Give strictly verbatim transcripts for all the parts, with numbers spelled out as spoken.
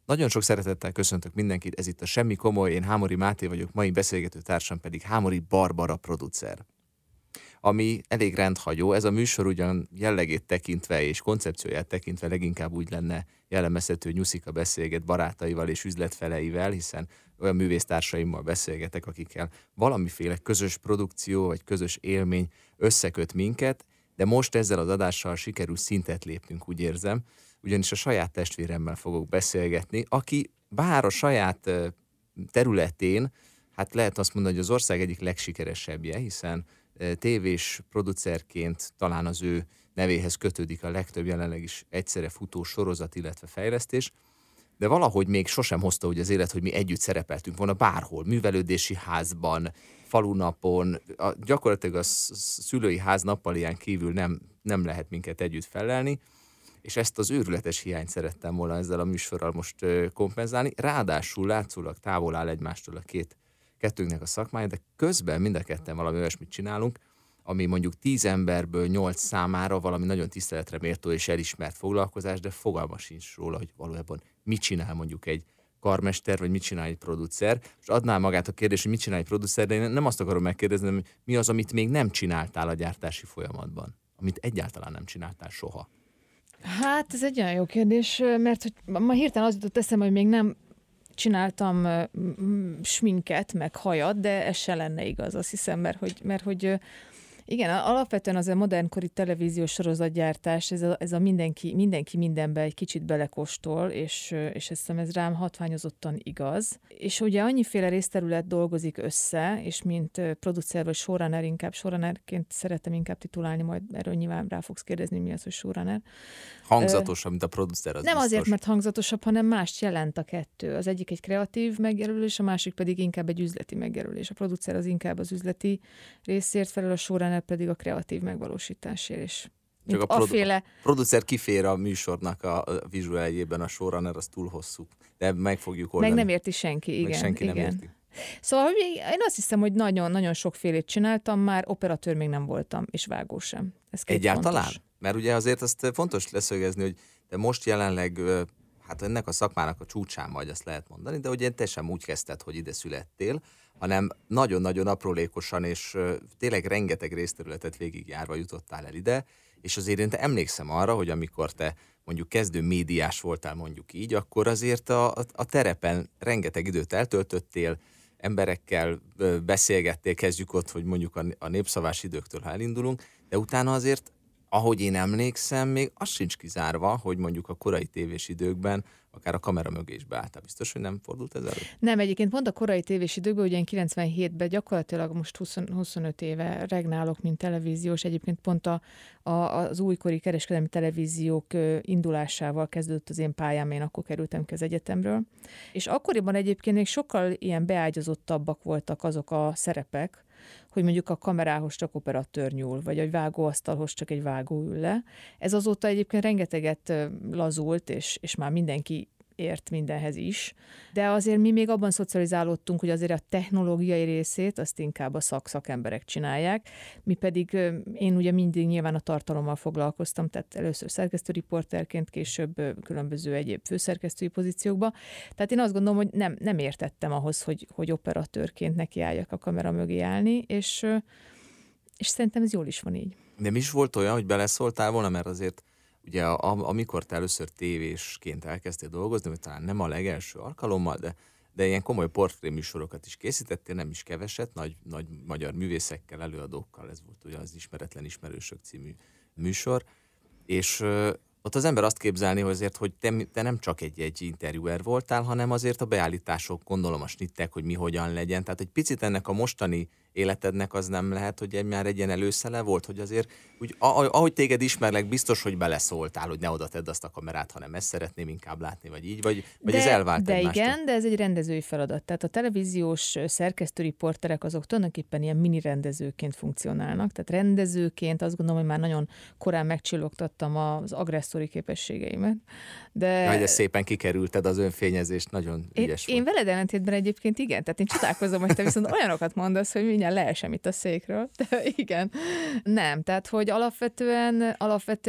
Nagyon sok szeretettel köszöntök mindenkit, ez itt a Semmi Komoly, én Hámori Máté vagyok, mai beszélgető társam pedig Hámori Barbara producer. Ami elég rendhagyó, ez a műsor ugyan jellegét tekintve és koncepcióját tekintve leginkább úgy lenne jellemezhető, hogy Nyuszika beszélget barátaival és üzletfeleivel, hiszen olyan művésztársaimmal beszélgetek, akikkel valamiféle közös produkció vagy közös élmény összeköt minket, de most ezzel az adással sikerül szintet lépnünk, úgy érzem, ugyanis a saját testvéremmel fogok beszélgetni, aki bár a saját területén, hát lehet azt mondani, hogy az ország egyik legsikeresebbje, hiszen tévés producerként talán az ő nevéhez kötődik a legtöbb jelenleg is egyszerre futó sorozat, illetve fejlesztés, de valahogy még sosem hozta úgy az élet, hogy mi együtt szerepeltünk volna bárhol, művelődési házban, falunapon, a, gyakorlatilag a szülői ház nappaliján kívül nem, nem lehet minket együtt felelni, és ezt az őrületes hiányt szerettem volna ezzel a műsorral most kompenzálni. Ráadásul látszólag távol áll egymástól a két kettőnknek a szakmája, de közben mind a ketten valami olyasmit csinálunk, ami mondjuk tíz emberből nyolc számára valami nagyon tiszteletre méltó és elismert foglalkozás, de fogalma sincs róla, hogy valójában mit csinál mondjuk egy karmester, vagy mit csinál egy producer. És adnál magát a kérdés, hogy mit csinál egy producer, de én nem azt akarom megkérdezni, hogy mi az, amit még nem csináltál a gyártási folyamatban, amit egyáltalán nem csináltál soha. Hát ez egy olyan jó kérdés, mert hogy ma hirtelen az jutott eszembe, hogy még nem csináltam sminket, meg hajat, de ez se lenne igaz, azt hiszem, mert hogy, mert hogy igen, alapvetően az a modernkori televíziós sorozatgyártás, ez a, ez a mindenki, mindenki mindenbe egy kicsit belekóstol, és, és ezt hiszem, ez rám hatványozottan igaz. És ugye annyiféle részterület dolgozik össze, és mint producer vagy showrunner, inkább showrunnerként szeretem inkább titulálni, majd erről nyilván rá fogsz kérdezni, mi az, hogy showrunner. Hangzatosabb, mint a producer, az Nem biztos. Azért, mert hangzatosabb, hanem mást jelent a kettő. Az egyik egy kreatív megjelölés, a másik pedig inkább egy üzleti megjelölés. A producer az inkább az üzleti részért felel, a showrunner pedig a kreatív megvalósításért is. Csak a produ- aféle... producer kifér a műsornak a vizuáljében, a showrunner az túl hosszú. De meg fogjuk oldani. Meg nem érti senki, igen. Meg senki igen. nem érti. Szóval én azt hiszem, hogy nagyon-nagyon sokfélét csináltam már, operatőr még nem voltam, és vágó sem. Ez egyáltalán? Fontos. Mert ugye azért azt fontos leszögezni, hogy te most jelenleg, hát ennek a szakmának a csúcsán vagy, azt lehet mondani, de ugye te sem úgy kezdted, hogy ide születtél, hanem nagyon-nagyon aprólékosan, és tényleg rengeteg részterületet végigjárva jutottál el ide, és azért én te emlékszem arra, hogy amikor te mondjuk kezdő médiás voltál, mondjuk így, akkor azért a, a terepen rengeteg időt eltöltöttél, emberekkel beszélgettél, kezdjük ott, hogy mondjuk a, a népszavás időktől, ha elindulunk, de utána azért, ahogy én emlékszem, még az sincs kizárva, hogy mondjuk a korai tévés időkben akár a kamera mögé is beálltál. Biztos, hogy nem fordult ez elő? Nem, egyébként pont a korai tévés időkben, ugye én kilencvenhétben gyakorlatilag most húsz, huszonöt éve regnálok, mint televíziós. Egyébként pont a, a, az újkori kereskedelmi televíziók indulásával kezdődött az én pályám, én akkor kerültem ki az egyetemről. És akkoriban egyébként még sokkal ilyen beágyazottabbak voltak azok a szerepek, hogy mondjuk a kamerához csak operatőr nyúl, vagy a vágóasztalhoz csak egy vágó ül le. Ez azóta egyébként rengeteget lazult, és, és már mindenki ért mindenhez is, de azért mi még abban szocializálódtunk, hogy azért a technológiai részét azt inkább a szak-szakemberek csinálják, mi pedig én ugye mindig nyilván a tartalommal foglalkoztam, tehát először szerkesztőriporterként, később különböző egyéb főszerkesztői pozíciókba. Tehát én azt gondolom, hogy nem, nem értettem ahhoz, hogy, hogy operatőrként nekiálljak a kamera mögé állni, és, és szerintem ez jól is van így. Nem is volt olyan, hogy beleszóltál volna, mert azért ugye a, amikor te először tévésként elkezdtél dolgozni, vagy talán nem a legelső alkalommal, de, de ilyen komoly portréműsorokat is készítettél, nem is keveset, nagy, nagy magyar művészekkel, előadókkal, ez volt ugye az Ismeretlen Ismerősök című műsor, és ö, ott az ember azt képzelni, hogy azért, hogy te, te nem csak egy, egy interjúer voltál, hanem azért a beállítások, gondolom a snittek, hogy mi hogyan legyen, tehát egy picit ennek a mostani életednek az nem lehet, hogy egy, már egy ilyen előszele volt, hogy azért, úgy, ahogy téged ismerlek, biztos, hogy beleszóltál, hogy ne oda tedd azt a kamerát, hanem ezt szeretném inkább látni, vagy így, vagy, vagy de, ez elvált De egymástól. igen, de ez egy rendezői feladat. Tehát a televíziós szerkesztőriporterek azok tulajdonképpen ilyen mini rendezőként funkcionálnak. Tehát rendezőként azt gondolom, hogy már nagyon korán megcsillogtattam az agresszori képességeimet. De... Jaj, de szépen kikerülted az önfényezést, nagyon ügyes én, én veled ellentétben egyébként igen, tehát én csodálkozom, hogy te viszont olyanokat mondasz, hogy mindjárt leesem itt a székről. De igen. Nem, tehát hogy alapvetően, alapvetően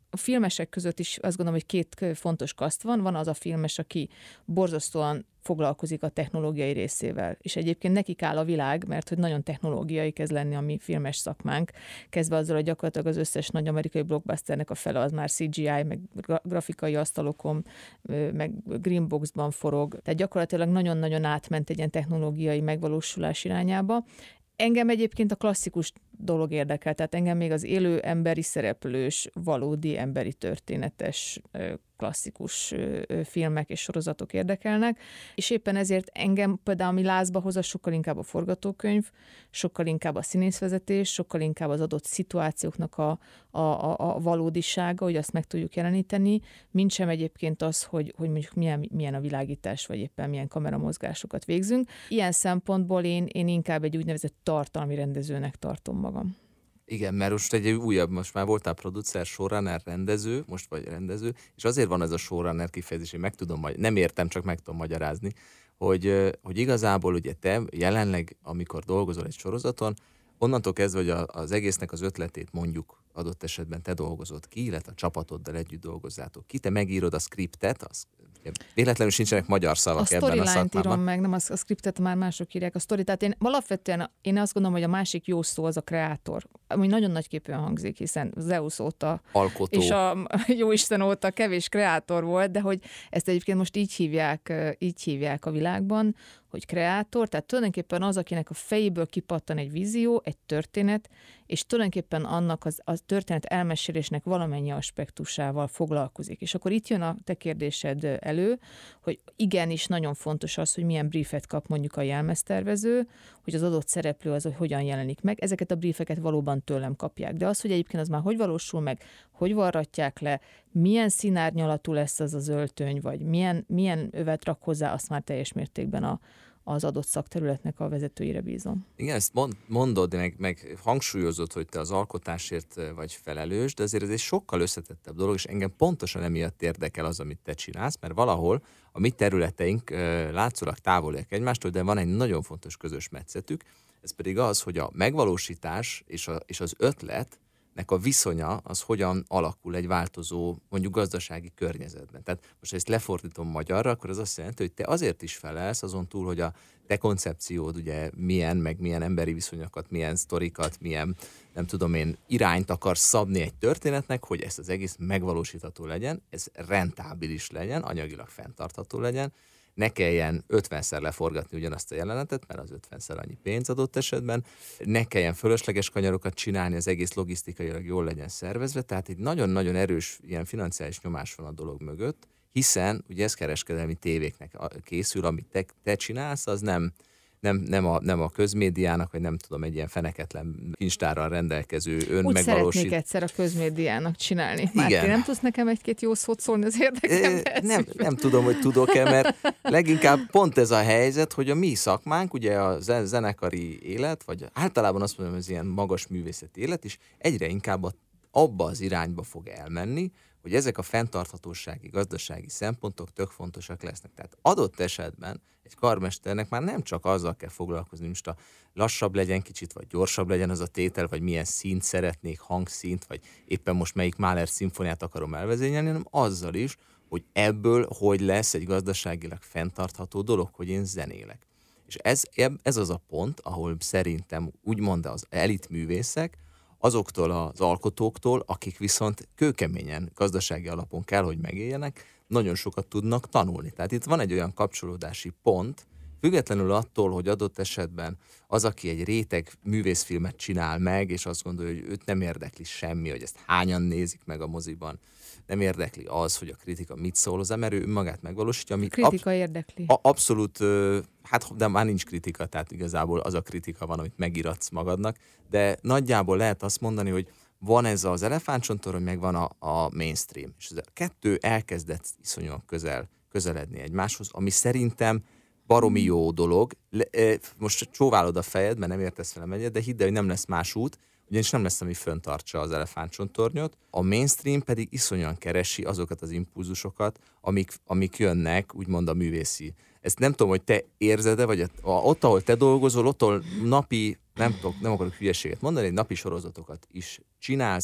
a filmesek között is azt gondolom, hogy két fontos kaszt van. Van az a filmes, aki borzasztóan foglalkozik a technológiai részével. És egyébként nekik áll a világ, mert hogy nagyon technológiai kezd lenni a mi filmes szakmánk, kezdve azzal, hogy gyakorlatilag az összes nagy amerikai blockbusternek a fele az már cé gé í, meg grafikai asztalokon, meg greenboxban forog. Tehát gyakorlatilag nagyon-nagyon átment egy ilyen technológiai megvalósulás irányába. Engem egyébként a klasszikus dolog érdekel, tehát engem még az élő emberi szereplős, valódi emberi történetes klasszikus filmek és sorozatok érdekelnek, és éppen ezért engem például, ami lázba hoz, az sokkal inkább a forgatókönyv, sokkal inkább a színészvezetés, sokkal inkább az adott szituációknak a, a, a, a valódisága, hogy azt meg tudjuk jeleníteni, mint sem egyébként az, hogy, hogy mondjuk milyen, milyen a világítás, vagy éppen milyen kameramozgásokat végzünk. Ilyen szempontból én, én inkább egy úgynevezett tartalmi rendezőnek tartom magam. Igen, mert most egy újabb, most már voltál producer, showrunner, rendező, most vagy rendező, és azért van ez a showrunner kifejezés, én meg tudom, nem értem, csak meg tudom magyarázni, hogy, hogy igazából ugye te jelenleg, amikor dolgozol egy sorozaton, onnantól kezdve, hogy az egésznek az ötletét mondjuk adott esetben te dolgozod ki, illetve a csapatoddal együtt dolgozzátok ki, te megírod a scriptet, az véletlenül sincsenek magyar szavak a ebben a szakmában. A írom meg, nem a, a scriptet már mások írják. A sztori, tehát én alapvetően én azt gondolom, hogy a másik jó szó az a kreátor, ami nagyon nagyképűen hangzik, hiszen Zeus óta alkotó. És a Jóisten óta kevés kreátor volt, de hogy ezt egyébként most így hívják, így hívják a világban, hogy kreátor, tehát tulajdonképpen az, akinek a fejéből kipattan egy vízió, egy történet, és tulajdonképpen annak az, a történet elmesélésnek valamennyi aspektusával foglalkozik. És akkor itt jön a te kérdésed elő, hogy igenis nagyon fontos az, hogy milyen briefet kap mondjuk a jelmeztervező, hogy az adott szereplő az, hogy hogyan jelenik meg. Ezeket a briefeket valóban tőlem kapják. De az, hogy egyébként az már hogy valósul meg, hogy varratják le, milyen színárnyalatú lesz az az öltöny, vagy milyen, milyen övet rak hozzá, azt már teljes mértékben a, az adott szakterületnek a vezetőire bízom. Igen, ezt mond, mondod, meg, meg hangsúlyozod, hogy te az alkotásért vagy felelős, de azért ez egy sokkal összetettebb dolog, és engem pontosan emiatt érdekel az, amit te csinálsz, mert valahol a mi területeink látszólag távoliak egymástól, de van egy nagyon fontos közös metszetük, ez pedig az, hogy a megvalósítás és, a, és az ötlet nek a viszonya az hogyan alakul egy változó, mondjuk gazdasági környezetben. Tehát most, ha ezt lefordítom magyarra, akkor az azt jelenti, hogy te azért is felelsz azon túl, hogy a te koncepciód ugye milyen, meg milyen emberi viszonyokat, milyen sztorikat, milyen, nem tudom én, irányt akarsz szabni egy történetnek, hogy ezt az egész megvalósítható legyen, ez rentábilis legyen, anyagilag fenntartható legyen, ne kelljen ötvenszer leforgatni ugyanazt a jelenetet, mert az ötvenszer annyi pénz adott esetben, ne kelljen fölösleges kanyarokat csinálni, az egész logisztikailag jól legyen szervezve, tehát egy nagyon-nagyon erős ilyen financiális nyomás van a dolog mögött, hiszen ugye ez kereskedelmi tévéknek készül, amit te, te csinálsz, az nem, nem, nem, a, nem a közmédiának, vagy nem tudom, egy ilyen feneketlen kincstárral rendelkező önmegvalósít. Úgy szeretnék egyszer a közmédiának csinálni. Márki, nem tudsz nekem egy-két jó szót szólni az érdekemben? Nem, nem tudom, hogy tudok-e, mert leginkább pont ez a helyzet, hogy a mi szakmánk, ugye a zenekari élet, vagy általában azt mondom, hogy az ilyen magas művészeti élet is egyre inkább a, abba az irányba fog elmenni, hogy ezek a fenntarthatósági, gazdasági szempontok tök fontosak lesznek. Tehát adott esetben egy karmesternek már nem csak azzal kell foglalkozni, most a lassabb legyen kicsit, vagy gyorsabb legyen az a tétel, vagy milyen színt szeretnék, hangszínt, vagy éppen most melyik Mahler szimfoniát akarom elvezényelni, hanem azzal is, hogy ebből hogy lesz egy gazdaságilag fenntartható dolog, hogy én zenélek. És ez, ez az a pont, ahol szerintem úgymond az elitművészek, azoktól az alkotóktól, akik viszont kőkeményen gazdasági alapon kell, hogy megéljenek, nagyon sokat tudnak tanulni. Tehát itt van egy olyan kapcsolódási pont, függetlenül attól, hogy adott esetben az, aki egy réteg művészfilmet csinál meg, és azt gondolja, hogy őt nem érdekli semmi, hogy ezt hányan nézik meg a moziban, nem érdekli az, hogy a kritika mit szól hozzá, mert ő önmagát megvalósítja. Ami kritika absz- érdekli. A- abszolút, hát de már nincs kritika, tehát igazából az a kritika van, amit megíratsz magadnak, de nagyjából lehet azt mondani, hogy van ez az elefántcsontorony, meg van a, a mainstream. És ez a kettő elkezdett iszonyúan közel, közeledni egymáshoz, ami szerintem baromi jó dolog. Le, most csóválod a fejed, mert nem értesz velem egyet, de hidd el, hogy nem lesz más út, ugyanis nem lesz, ami föntartsa az elefántcsontornyot. A mainstream pedig iszonyúan keresi azokat az impulzusokat, amik, amik jönnek, úgymond a művészi. Ezt nem tudom, hogy te érzed-e, vagy a, ott, ahol te dolgozol, ott, ahol napi, nem, tudok, nem akarok hülyeséget mondani, napi sorozatokat is csinálsz, és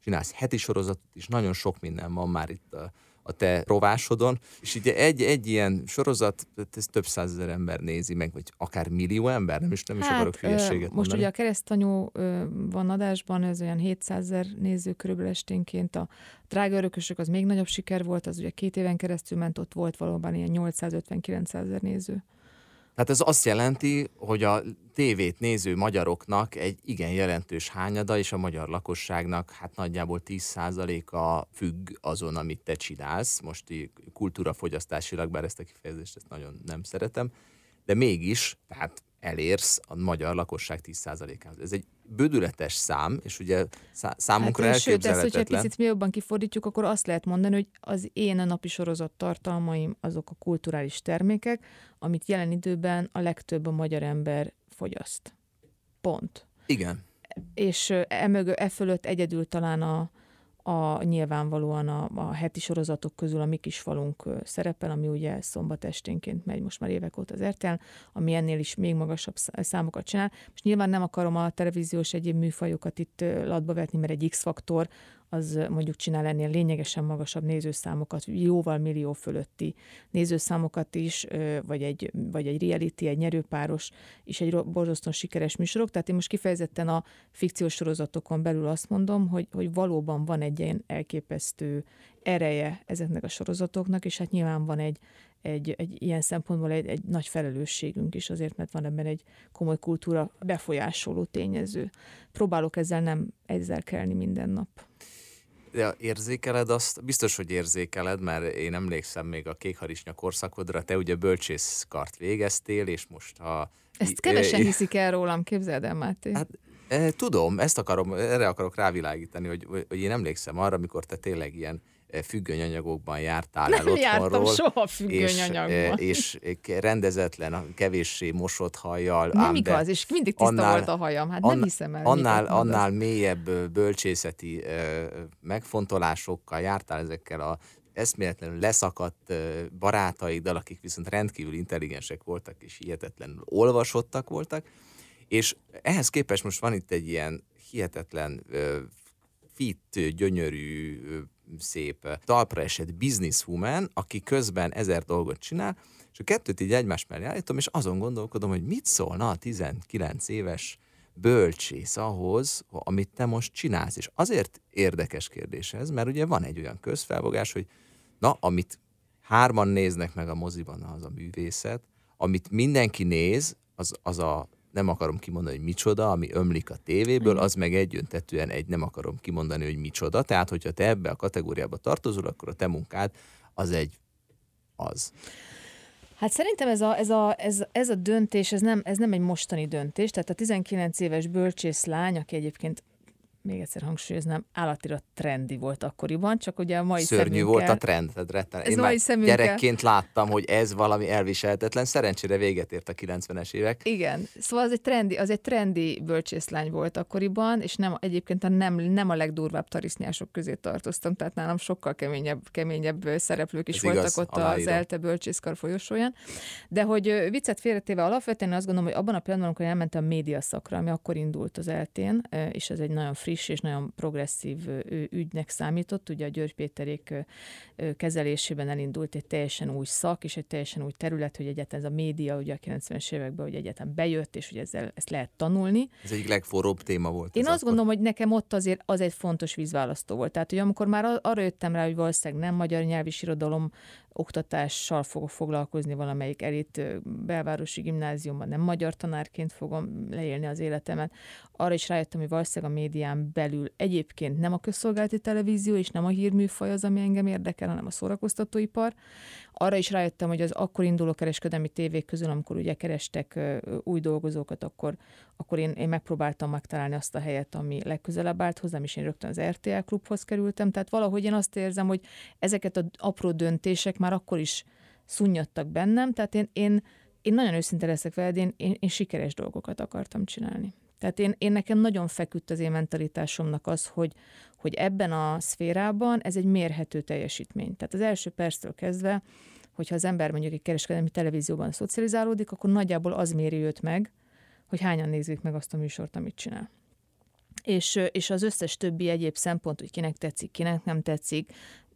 csinálsz heti sorozatot is, nagyon sok minden van már itt a, a te rovásodon, és ugye egy, egy ilyen sorozat, ez több százezer ember nézi meg, vagy akár millió ember, nem is, nem is hát, akarok hülyeséget most mondani. ugye a Keresztanyú ö, van adásban, ez olyan hétszázezer néző körülbelül esténként, a Drága örökösök az még nagyobb siker volt, az ugye két éven keresztül ment, ott volt valóban ilyen nyolcszázötven-kilencszázezer néző. Tehát ez azt jelenti, hogy a tévét néző magyaroknak egy igen jelentős hányada, és a magyar lakosságnak hát nagyjából tíz százaléka függ azon, amit te csinálsz. Most így kultúrafogyasztásilag, bár ezt a kifejezést ezt nagyon nem szeretem, de mégis, tehát elérsz a magyar lakosság tíz százalékához. Ez egy bődületes szám, és ugye szá- számunkra hát, elképzelhetetlen. Sőt, ezt, hogyha egy picit mi jobban kifordítjuk, akkor azt lehet mondani, hogy az én a napi sorozat tartalmaim azok a kulturális termékek, amit jelen időben a legtöbb a magyar ember fogyaszt. Pont. Igen. És emögő, e fölött egyedül talán a A, nyilvánvalóan a, a heti sorozatok közül a Mi kis falunk szerepel, ami ugye szombat esténként megy most már évek óta az er té el, ami ennél is még magasabb számokat csinál. Most nyilván nem akarom a televíziós egyéb műfajokat itt latba vetni, mert egy X-faktor az mondjuk csinál ennél lényegesen magasabb nézőszámokat, jóval millió fölötti nézőszámokat is, vagy egy, vagy egy reality, egy nyerőpáros és egy borzasztóan sikeres műsorok. Tehát én most kifejezetten a fikciós sorozatokon belül azt mondom, hogy, hogy valóban van egy ilyen elképesztő ereje ezeknek a sorozatoknak, és hát nyilván van egy, egy, egy ilyen szempontból egy, egy nagy felelősségünk is azért, mert van ebben egy komoly kultúra befolyásoló tényező. Próbálok ezzel nem ezzel kelni minden nap. De érzékeled azt? Biztos, hogy érzékeled, mert én emlékszem még a kékharisnya korszakodra, te ugye bölcsészkart végeztél, és most ha... Ezt kevesen hiszik el rólam, képzeld el, Máté. Hát, e, tudom, ezt akarom, erre akarok rávilágítani, hogy, hogy én emlékszem arra, amikor te tényleg ilyen függönyanyagokban jártál el nem otthonról. Nem jártam soha függönyanyagban. És, és rendezetlen, kevéssé mosott hajjal. Nem igaz, és mindig tiszta annál, volt a hajam. Hát nem hiszem el. Annál, annál mélyebb bölcsészeti megfontolásokkal jártál ezekkel a eszméletlenül leszakadt barátaiddal, akik viszont rendkívül intelligensek voltak, és hihetetlenül olvasottak voltak, és ehhez képest most van itt egy ilyen hihetetlen fit, gyönyörű, szép, talpra esett businesswoman, aki közben ezer dolgot csinál, és a kettőt így egymás mellé állítom, és azon gondolkodom, hogy mit szólna a tizenkilenc éves bölcsész ahhoz, amit te most csinálsz. És azért érdekes kérdés ez, mert ugye van egy olyan közfelfogás, hogy na, amit hárman néznek meg a moziban, az a művészet, amit mindenki néz, az, az a nem akarom kimondani, hogy micsoda, ami ömlik a tévéből, az meg egyöntetően egy nem akarom kimondani, hogy micsoda. Tehát, hogyha te ebbe a kategóriába tartozol, akkor a te munkád az egy az. Hát szerintem ez a, ez a, ez, ez a döntés, ez nem, ez nem egy mostani döntés. Tehát a tizenkilenc éves bölcsész lány, aki egyébként még egyszer hangsúlyoznám, állatira trendi volt akkoriban, csak ugye a mai Szörnyű szemünkkel... volt a trend. Tehát Én már szemünkkel... gyerekként láttam, hogy ez valami elviselhetetlen. Szerencsére véget ért a kilencvenes évek. Igen, szóval az egy trendi, az egy trendi bölcsészlány volt akkoriban, és nem, egyébként nem, nem a legdurvább tarisznyások közé tartoztam, tehát nálam sokkal keményebb, keményebb szereplők is ez voltak igaz, ott aláírom. Az ELTE bölcsészkar folyosóján. De hogy viccet félretéve alapvetően azt gondolom, hogy abban a pillanatban, amikor elmentem a médiaszakra, ami akkor indult az eltén, és ez egy nagyon friss és nagyon progresszív ügynek számított. Ugye a György Péterék kezelésében elindult egy teljesen új szak, és egy teljesen új terület, hogy egyáltalán ez a média ugye a kilencvenes években, hogy egyáltalán bejött, és hogy ezzel ezt lehet tanulni. Ez egyik legforróbb téma volt. Én azt akkor. gondolom, hogy nekem ott azért az egy fontos vízválasztó volt. Tehát, hogy amikor már arra jöttem rá, hogy valószínűleg nem magyar nyelvi irodalom oktatással fogok foglalkozni valamelyik elit belvárosi gimnáziumban, nem magyar tanárként fogom leélni az életemet. Arra is rájöttem, hogy valószínűleg a médián belül egyébként nem a közszolgálati televízió és nem a hírműfaj az, ami engem érdekel, hanem a szórakoztatóipar. Arra is rájöttem, hogy az akkor induló kereskedelmi tévék közül, amikor ugye kerestek új dolgozókat, akkor, akkor én, én megpróbáltam megtalálni azt a helyet, ami legközelebb állt hozzám, és én rögtön az er té el klubhoz kerültem. Tehát valahogy én azt érzem, hogy ezeket az apró döntések már akkor is szunnyadtak bennem, tehát én, én, én nagyon őszinte leszek veled, én, én, én sikeres dolgokat akartam csinálni. Tehát én, én nekem nagyon feküdt az én mentalitásomnak az, hogy, hogy ebben a szférában ez egy mérhető teljesítmény. Tehát az első perctől kezdve, hogyha az ember mondjuk egy kereskedelmi televízióban szocializálódik, akkor nagyjából az méri őt meg, hogy hányan nézik meg azt a műsort, amit csinál. és, és az összes többi egyéb szempont, hogy kinek tetszik, kinek nem tetszik,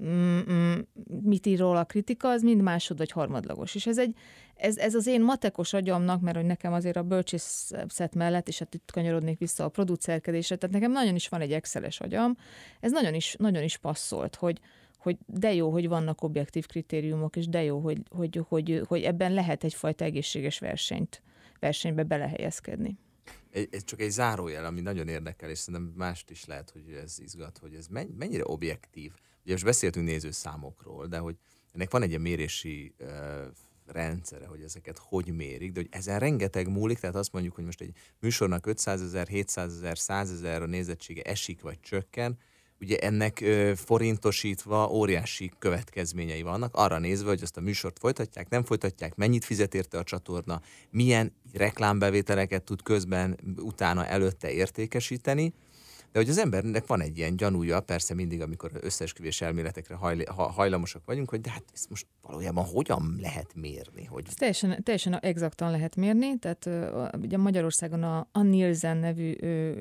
mit ír róla a kritika, az mind másod vagy harmadlagos. És ez, egy, ez, ez az én matekos agyamnak, mert hogy nekem azért a bölcsészet mellett, és hát itt kanyarodnék vissza a producerkedésre, tehát nekem nagyon is van egy exceles agyam, ez nagyon is, nagyon is passzolt, hogy, hogy de jó, hogy vannak objektív kritériumok, és de jó, hogy, hogy, hogy, hogy ebben lehet egyfajta egészséges versenyt, versenybe belehelyezkedni. Ez csak egy zárójel, ami nagyon érdekel, és szerintem mást is lehet, hogy ez izgat, hogy ez mennyire objektív. Ugye most beszéltünk nézőszámokról, de hogy ennek van egy ilyen mérési uh, rendszere, hogy ezeket hogy mérik, de hogy ezen rengeteg múlik, tehát azt mondjuk, hogy most egy műsornak ötszázezer, hétszázezer, százezer a nézettsége esik vagy csökken, ugye ennek ö, forintosítva óriási következményei vannak, arra nézve, hogy azt a műsort folytatják, nem folytatják, mennyit fizet érte a csatorna, milyen reklámbevételeket tud közben, utána, előtte értékesíteni, de hogy az embernek van egy ilyen gyanúja, persze mindig, amikor összeesküvés elméletekre hajl- hajlamosak vagyunk, hogy de hát ezt most valójában hogyan lehet mérni? Hogy... Ezt teljesen, teljesen exaktan lehet mérni, tehát ugye Magyarországon a, a Nielsen nevű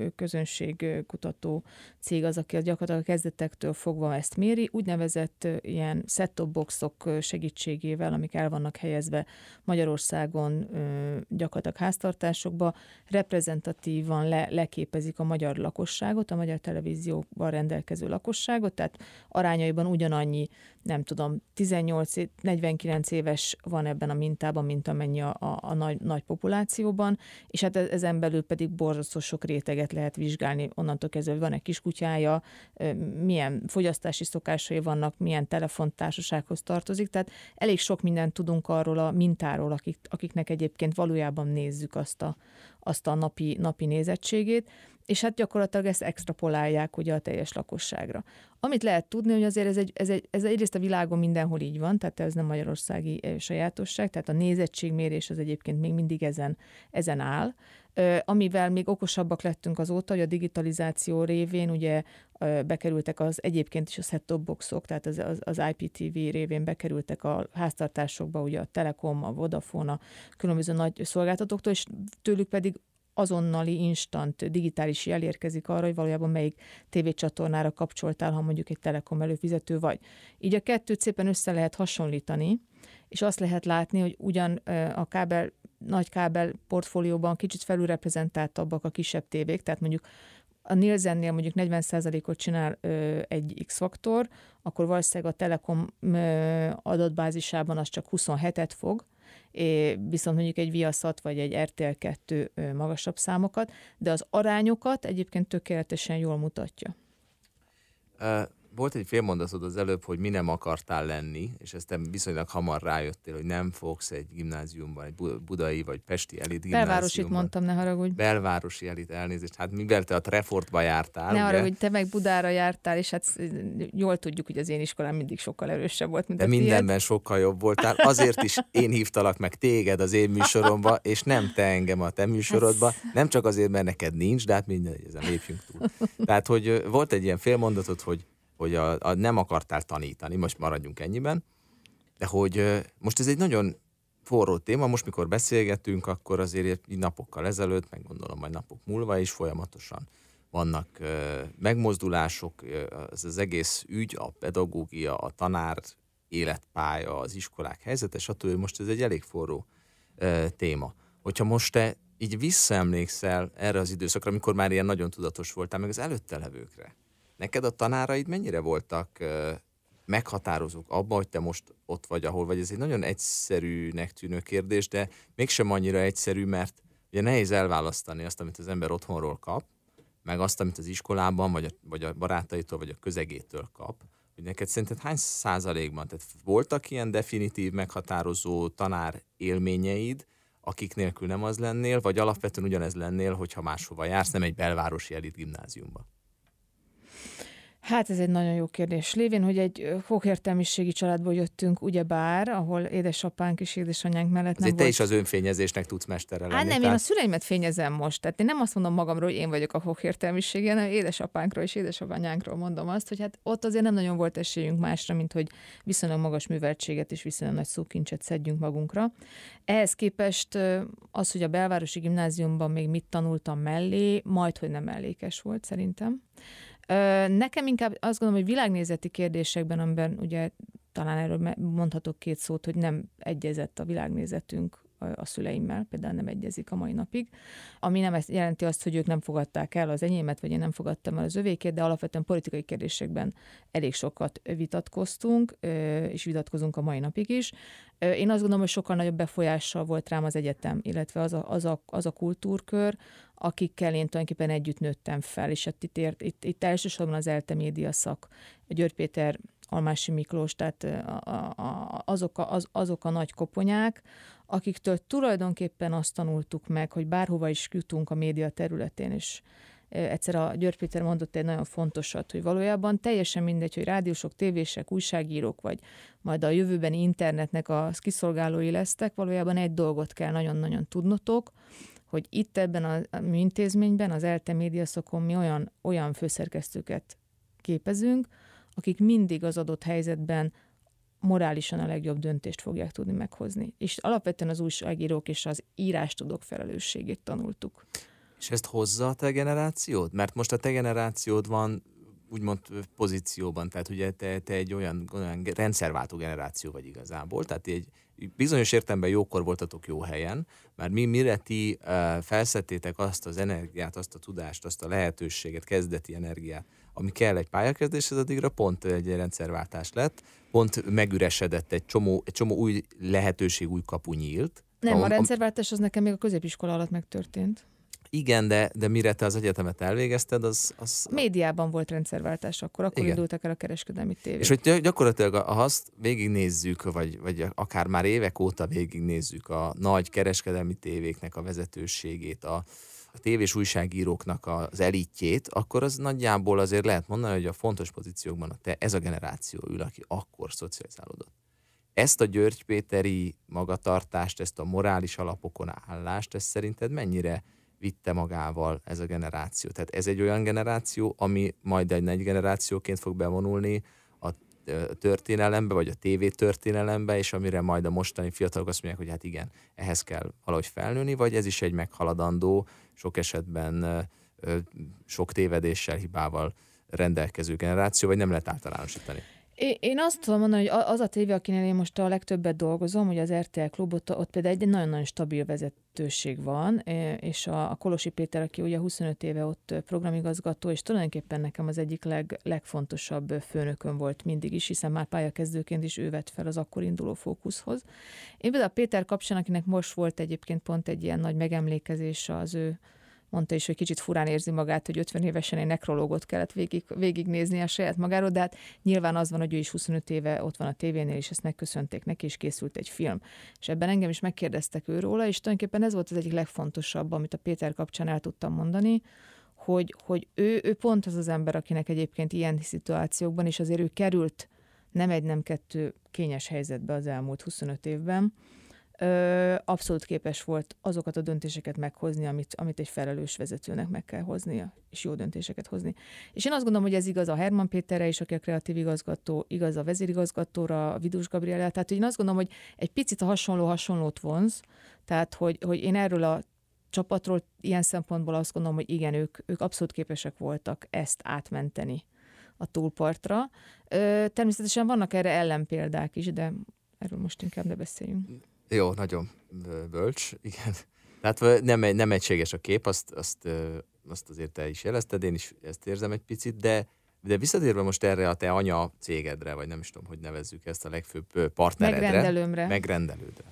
közönségkutató cég az, aki gyakorlatilag a kezdetektől fogva ezt méri, úgynevezett ilyen set-top boxok segítségével, amik el vannak helyezve Magyarországon gyakorlatilag háztartásokba, reprezentatívan le, leképezik a magyar lakosságot, a magyar televízióban rendelkező lakosságot, tehát arányaiban ugyanannyi, nem tudom, tizennyolc-negyvenkilenc éves van ebben a mintában, mint amennyi a, a, a nagy, nagy populációban, és hát ezen belül pedig borzasztó sok réteget lehet vizsgálni, onnantól kezdve, hogy van egy kiskutyája, milyen fogyasztási szokásai vannak, milyen telefontársasághoz tartozik, tehát elég sok mindent tudunk arról a mintáról, akik, akiknek egyébként valójában nézzük azt a, azt a napi, napi nézettségét, és hát gyakorlatilag ezt extrapolálják ugye a teljes lakosságra. Amit lehet tudni, hogy azért ez, egy, ez, egy, ez egyrészt a világon mindenhol így van, tehát ez nem magyarországi sajátosság, tehát a nézettségmérés az egyébként még mindig ezen, ezen áll. Amivel még okosabbak lettünk azóta, hogy a digitalizáció révén ugye bekerültek az egyébként is a set-top boxok, tehát az, az, az i pé té vé révén bekerültek a háztartásokba, ugye a Telekom, a Vodafone, a különböző nagy szolgáltatóktól, és tőlük pedig azonnali, instant, digitális jel érkezik arra, hogy valójában melyik tévécsatornára kapcsoltál, ha mondjuk egy Telekom előfizető vagy. Így a kettőt szépen össze lehet hasonlítani, és azt lehet látni, hogy ugyan a kábel, nagy kábel portfólióban kicsit felülreprezentáltabbak a kisebb tévék, tehát mondjuk a Nielsennél mondjuk negyven százalékot csinál ö, egy X-faktor, akkor valószínűleg a Telekom ö, adatbázisában az csak huszonhetet fog, É, viszont mondjuk egy Viaszat vagy egy er té el kettő magasabb számokat, de az arányokat egyébként tökéletesen jól mutatja. Uh, volt egy félmondatod az előbb, hogy mi nem akartál lenni, és ezt te viszonylag hamar rájöttél, hogy nem fogsz egy gimnáziumban, egy budai vagy pesti elit gimnáziumban. Belvárosit mondtam, ne haragudj. Belvárosi elit, elnézést. Hát mivel te a Trefortba jártál, ne ugye? haragudj, te meg Budára jártál, és hát jól tudjuk, hogy az én iskolám mindig sokkal erősebb volt, mint de a mindenben tiéd. Sokkal jobb voltál. Azért is én hívtalak meg téged az én műsoromba, és nem te engem a te műsorodba. Nem csak azért, mert neked nincs, de hát minden, ezen lépjünk túl. Tehát, hogy volt egy ilyen félmondatot, hogy hogy a, a nem akartál tanítani, most maradjunk ennyiben, de hogy most ez egy nagyon forró téma, most mikor beszélgetünk, akkor azért így napokkal ezelőtt, meg gondolom majd napok múlva is folyamatosan vannak uh, megmozdulások, uh, az, az egész ügy, a pedagógia, a tanár életpálya, az iskolák helyzete, stb. Most ez egy elég forró uh, téma. Hogyha most te így visszaemlékszel erre az időszakra, amikor már ilyen nagyon tudatos voltál, meg az előtte levőkre, neked a tanáraid mennyire voltak uh, meghatározók abban, hogy te most ott vagy, ahol vagy? Ez egy nagyon egyszerűnek tűnő kérdés, de mégsem annyira egyszerű, mert ugye nehéz elválasztani azt, amit az ember otthonról kap, meg azt, amit az iskolában, vagy a, vagy a barátaitól, vagy a közegétől kap. Hogy neked szerinted hány százalékban? Tehát voltak ilyen definitív, meghatározó tanár élményeid, akik nélkül nem az lennél, vagy alapvetően ugyanez lennél, hogyha máshova jársz, nem egy belvárosi elit gimnáziumba? Hát ez egy nagyon jó kérdés. Lévén, hogy egy fokértelmiségi családból jöttünk, ugyebár, ahol édesapánk és édesanyánk mellett Azért nem te volt... is az önfényezésnek tudsz mestere lenni. Hát nem, tehát... én a szüleimet fényezem most. Tehát én nem azt mondom magamról, hogy én vagyok a fokértelmiségi, hanem édesapánkról és édesapanyánkról mondom azt, hogy hát ott azért nem nagyon volt esélyünk másra, mint hogy viszonylag magas műveltséget és viszonylag nagy szókincset szedjünk magunkra. Ehhez képest az, hogy a belvárosi gimnáziumban még mit tanultam mellé, majdhogy nem mellékes volt szerintem. Nekem inkább azt gondolom, hogy világnézeti kérdésekben, amiben ugye talán erről mondhatok két szót, hogy nem egyezett a világnézetünk a szüleimmel, például nem egyezik a mai napig, ami nem jelenti azt, hogy ők nem fogadták el az enyémet, vagy én nem fogadtam el az övékét, de alapvetően politikai kérdésekben elég sokat vitatkoztunk, és vitatkozunk a mai napig is. Én azt gondolom, hogy sokkal nagyobb befolyással volt rám az egyetem, illetve az a, az a, az a kultúrkör, akikkel én tulajdonképpen együtt nőttem fel, és itt, itt, itt, itt elsősorban az ELTE média szak, György Péter, Almási Miklós, tehát a, a, azok, a, az, azok a nagy koponyák, akiktől tulajdonképpen azt tanultuk meg, hogy bárhova is jutunk a média területén, és egyszer a György Péter mondott egy nagyon fontosat, hogy valójában teljesen mindegy, hogy rádiósok, tévések, újságírók, vagy majd a jövőbeni internetnek a kiszolgálói lesztek, valójában egy dolgot kell nagyon-nagyon tudnotok, hogy itt ebben az intézményben, az ELTE média szakon mi olyan, olyan főszerkesztőket képezünk, akik mindig az adott helyzetben morálisan a legjobb döntést fogják tudni meghozni. És alapvetően az újságírók és az írástudók felelősségét tanultuk. És ezt hozza a te generációd? Mert most a te generációd van úgymond pozícióban, tehát ugye te, te egy olyan, olyan rendszerváltó generáció vagy igazából, tehát egy bizonyos értelemben jókor voltatok jó helyen, mert mi, mire ti uh, felszedtétek azt az energiát, azt a tudást, azt a lehetőséget, kezdeti energiát, ami kell egy pályakezdéshez, addigra pont egy rendszerváltás lett, pont megüresedett egy csomó, egy csomó új lehetőség, új kapu nyílt. Nem, a, a rendszerváltás az nekem még a középiskola alatt megtörtént. Igen, de, de mire te az egyetemet elvégezted, az... az... A médiában volt rendszerváltás akkor, akkor igen. Indultak el a kereskedelmi tévék. És hogy gyakorlatilag, ha azt végignézzük, vagy, vagy akár már évek óta végignézzük a nagy kereskedelmi tévéknek a vezetőségét, a, a tévés újságíróknak az elitjét, akkor az nagyjából azért lehet mondani, hogy a fontos pozíciókban a te, ez a generáció ül, aki akkor szocializálódott. Ezt a György Péteri magatartást, ezt a morális alapokon állást, ezt szerinted mennyire vitte magával ez a generáció? Tehát ez egy olyan generáció, ami majd egy nagy generációként fog bevonulni a történelembe, vagy a tévé történelembe, és amire majd a mostani fiatalok azt mondják, hogy hát igen, ehhez kell valahogy felnőni, vagy ez is egy meghaladandó, sok esetben sok tévedéssel, hibával rendelkező generáció, vagy nem lehet általánosítani? Én azt tudom mondani, hogy az a tévé, akinél én most a legtöbbet dolgozom, hogy az er té el Klub, ott, ott például egy nagyon-nagyon stabil vezetőség van, és a, a Kolosi Péter, aki ugye huszonöt éve ott programigazgató, és tulajdonképpen nekem az egyik leg, legfontosabb főnököm volt mindig is, hiszen már pályakezdőként is ő vett fel az akkor induló Fókuszhoz. Én például a Péter kapcsán, akinek most volt egyébként pont egy ilyen nagy megemlékezés az ő, mondta is, hogy kicsit furán érzi magát, hogy ötven évesen egy nekrológot kellett végig, végignézni a saját magáról, de hát nyilván az van, hogy ő is huszonöt éve ott van a tévénél, és ezt megköszönték neki, és készült egy film. És ebben engem is megkérdeztek őróla, és tulajdonképpen ez volt az egyik legfontosabb, amit a Péter kapcsán el tudtam mondani, hogy, hogy ő, ő pont az az ember, akinek egyébként ilyen szituációkban, és azért ő került nem egy, nem kettő kényes helyzetbe az elmúlt huszonöt évben, abszolút képes volt azokat a döntéseket meghozni, amit, amit egy felelős vezetőnek meg kell hoznia, és jó döntéseket hozni. És én azt gondolom, hogy ez igaz a Herman Péterre is, aki a kreatív igazgató, igaz a vezérigazgatóra, a Vidus Gabriele, tehát én azt gondolom, hogy egy picit a hasonló hasonlót vonz, tehát hogy, hogy én erről a csapatról ilyen szempontból azt gondolom, hogy igen, ők, ők abszolút képesek voltak ezt átmenteni a túlpartra. Természetesen vannak erre ellenpéldák is, de erről most inkább ne beszéljünk. Jó, nagyon bölcs, igen. Tehát nem, nem egységes a kép, azt, azt, azt azért te is jelezted, én is ezt érzem egy picit, de, de visszatérve most erre a te anya cégedre, vagy nem is tudom, hogy nevezzük ezt a legfőbb partneredre. Megrendelőmre. Megrendelődre.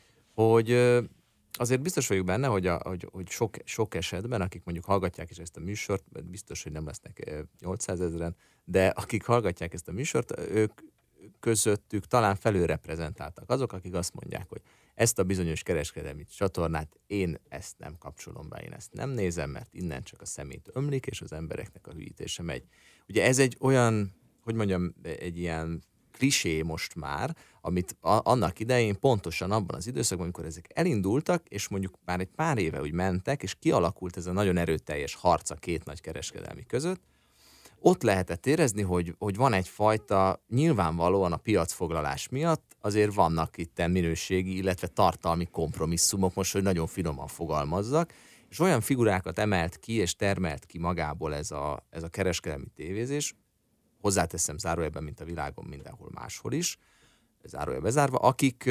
Hogy azért biztos vagyok benne, hogy, a, hogy, hogy sok, sok esetben, akik mondjuk hallgatják is ezt a műsort, biztos, hogy nem lesznek nyolcszázezren, de akik hallgatják ezt a műsort, ők közöttük talán felülreprezentáltak azok, akik azt mondják, hogy ezt a bizonyos kereskedelmi csatornát én ezt nem kapcsolom be, én ezt nem nézem, mert innen csak a szemét ömlik, és az embereknek a hülyítése megy. ugye ez egy olyan, hogy mondjam, egy ilyen klisé most már, amit a, annak idején pontosan abban az időszakban, amikor ezek elindultak, és mondjuk már egy pár éve úgy mentek, és kialakult ez a nagyon erőteljes harc a két nagy kereskedelmi között, ott lehetett érezni, hogy, hogy van egyfajta, nyilvánvalóan a piacfoglalás miatt azért vannak itten minőségi, illetve tartalmi kompromisszumok, most, hogy nagyon finoman fogalmazzak, és olyan figurákat emelt ki, és termelt ki magából ez a, ez a kereskedelmi tévézés, hozzáteszem zárójelben, mint a világon mindenhol máshol is, zárójel bezárva, akik,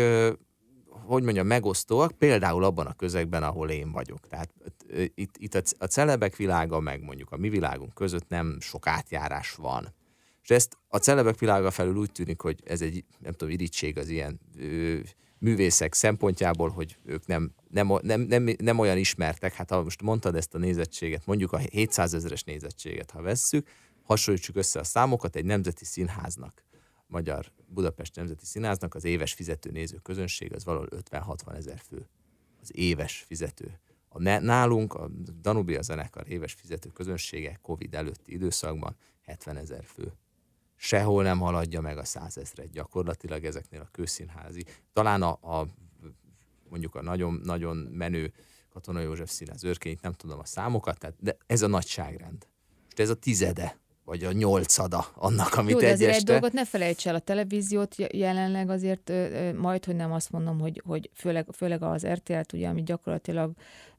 hogy mondjam, megosztóak, például abban a közegben, ahol én vagyok. Tehát itt, itt a celebek világa, meg mondjuk a mi világunk között nem sok átjárás van. És ezt a celebek világa felül úgy tűnik, hogy ez egy, nem tudom, irigység az ilyen ö, művészek szempontjából, hogy ők nem, nem, nem, nem, nem olyan ismertek. Hát ha most mondtad ezt a nézettséget, mondjuk a hétszázezeres nézettséget, ha vesszük, hasonlítsuk össze a számokat egy nemzeti színháznak, Magyar Budapest Nemzeti Színháznak az éves fizető néző közönség az valahol ötven-hatvan ezer fő. Az éves fizető. A ne, nálunk a Danubia zenekar éves fizető közönsége Covid előtti időszakban hetven ezer fő. Sehol nem haladja meg a százezret gyakorlatilag ezeknél a kőszínházi. Talán a, a mondjuk a nagyon, nagyon menő Katona József Színház Örkény, nem tudom a számokat, tehát, de ez a nagyságrend. És ez a tizede vagy a nyolcada annak, amit Jó, de egy azért este... egy dolgot ne felejts el, a televíziót jelenleg azért ö, majd, hogy nem azt mondom, hogy, hogy főleg, főleg az er té el-t, ugye, ami gyakorlatilag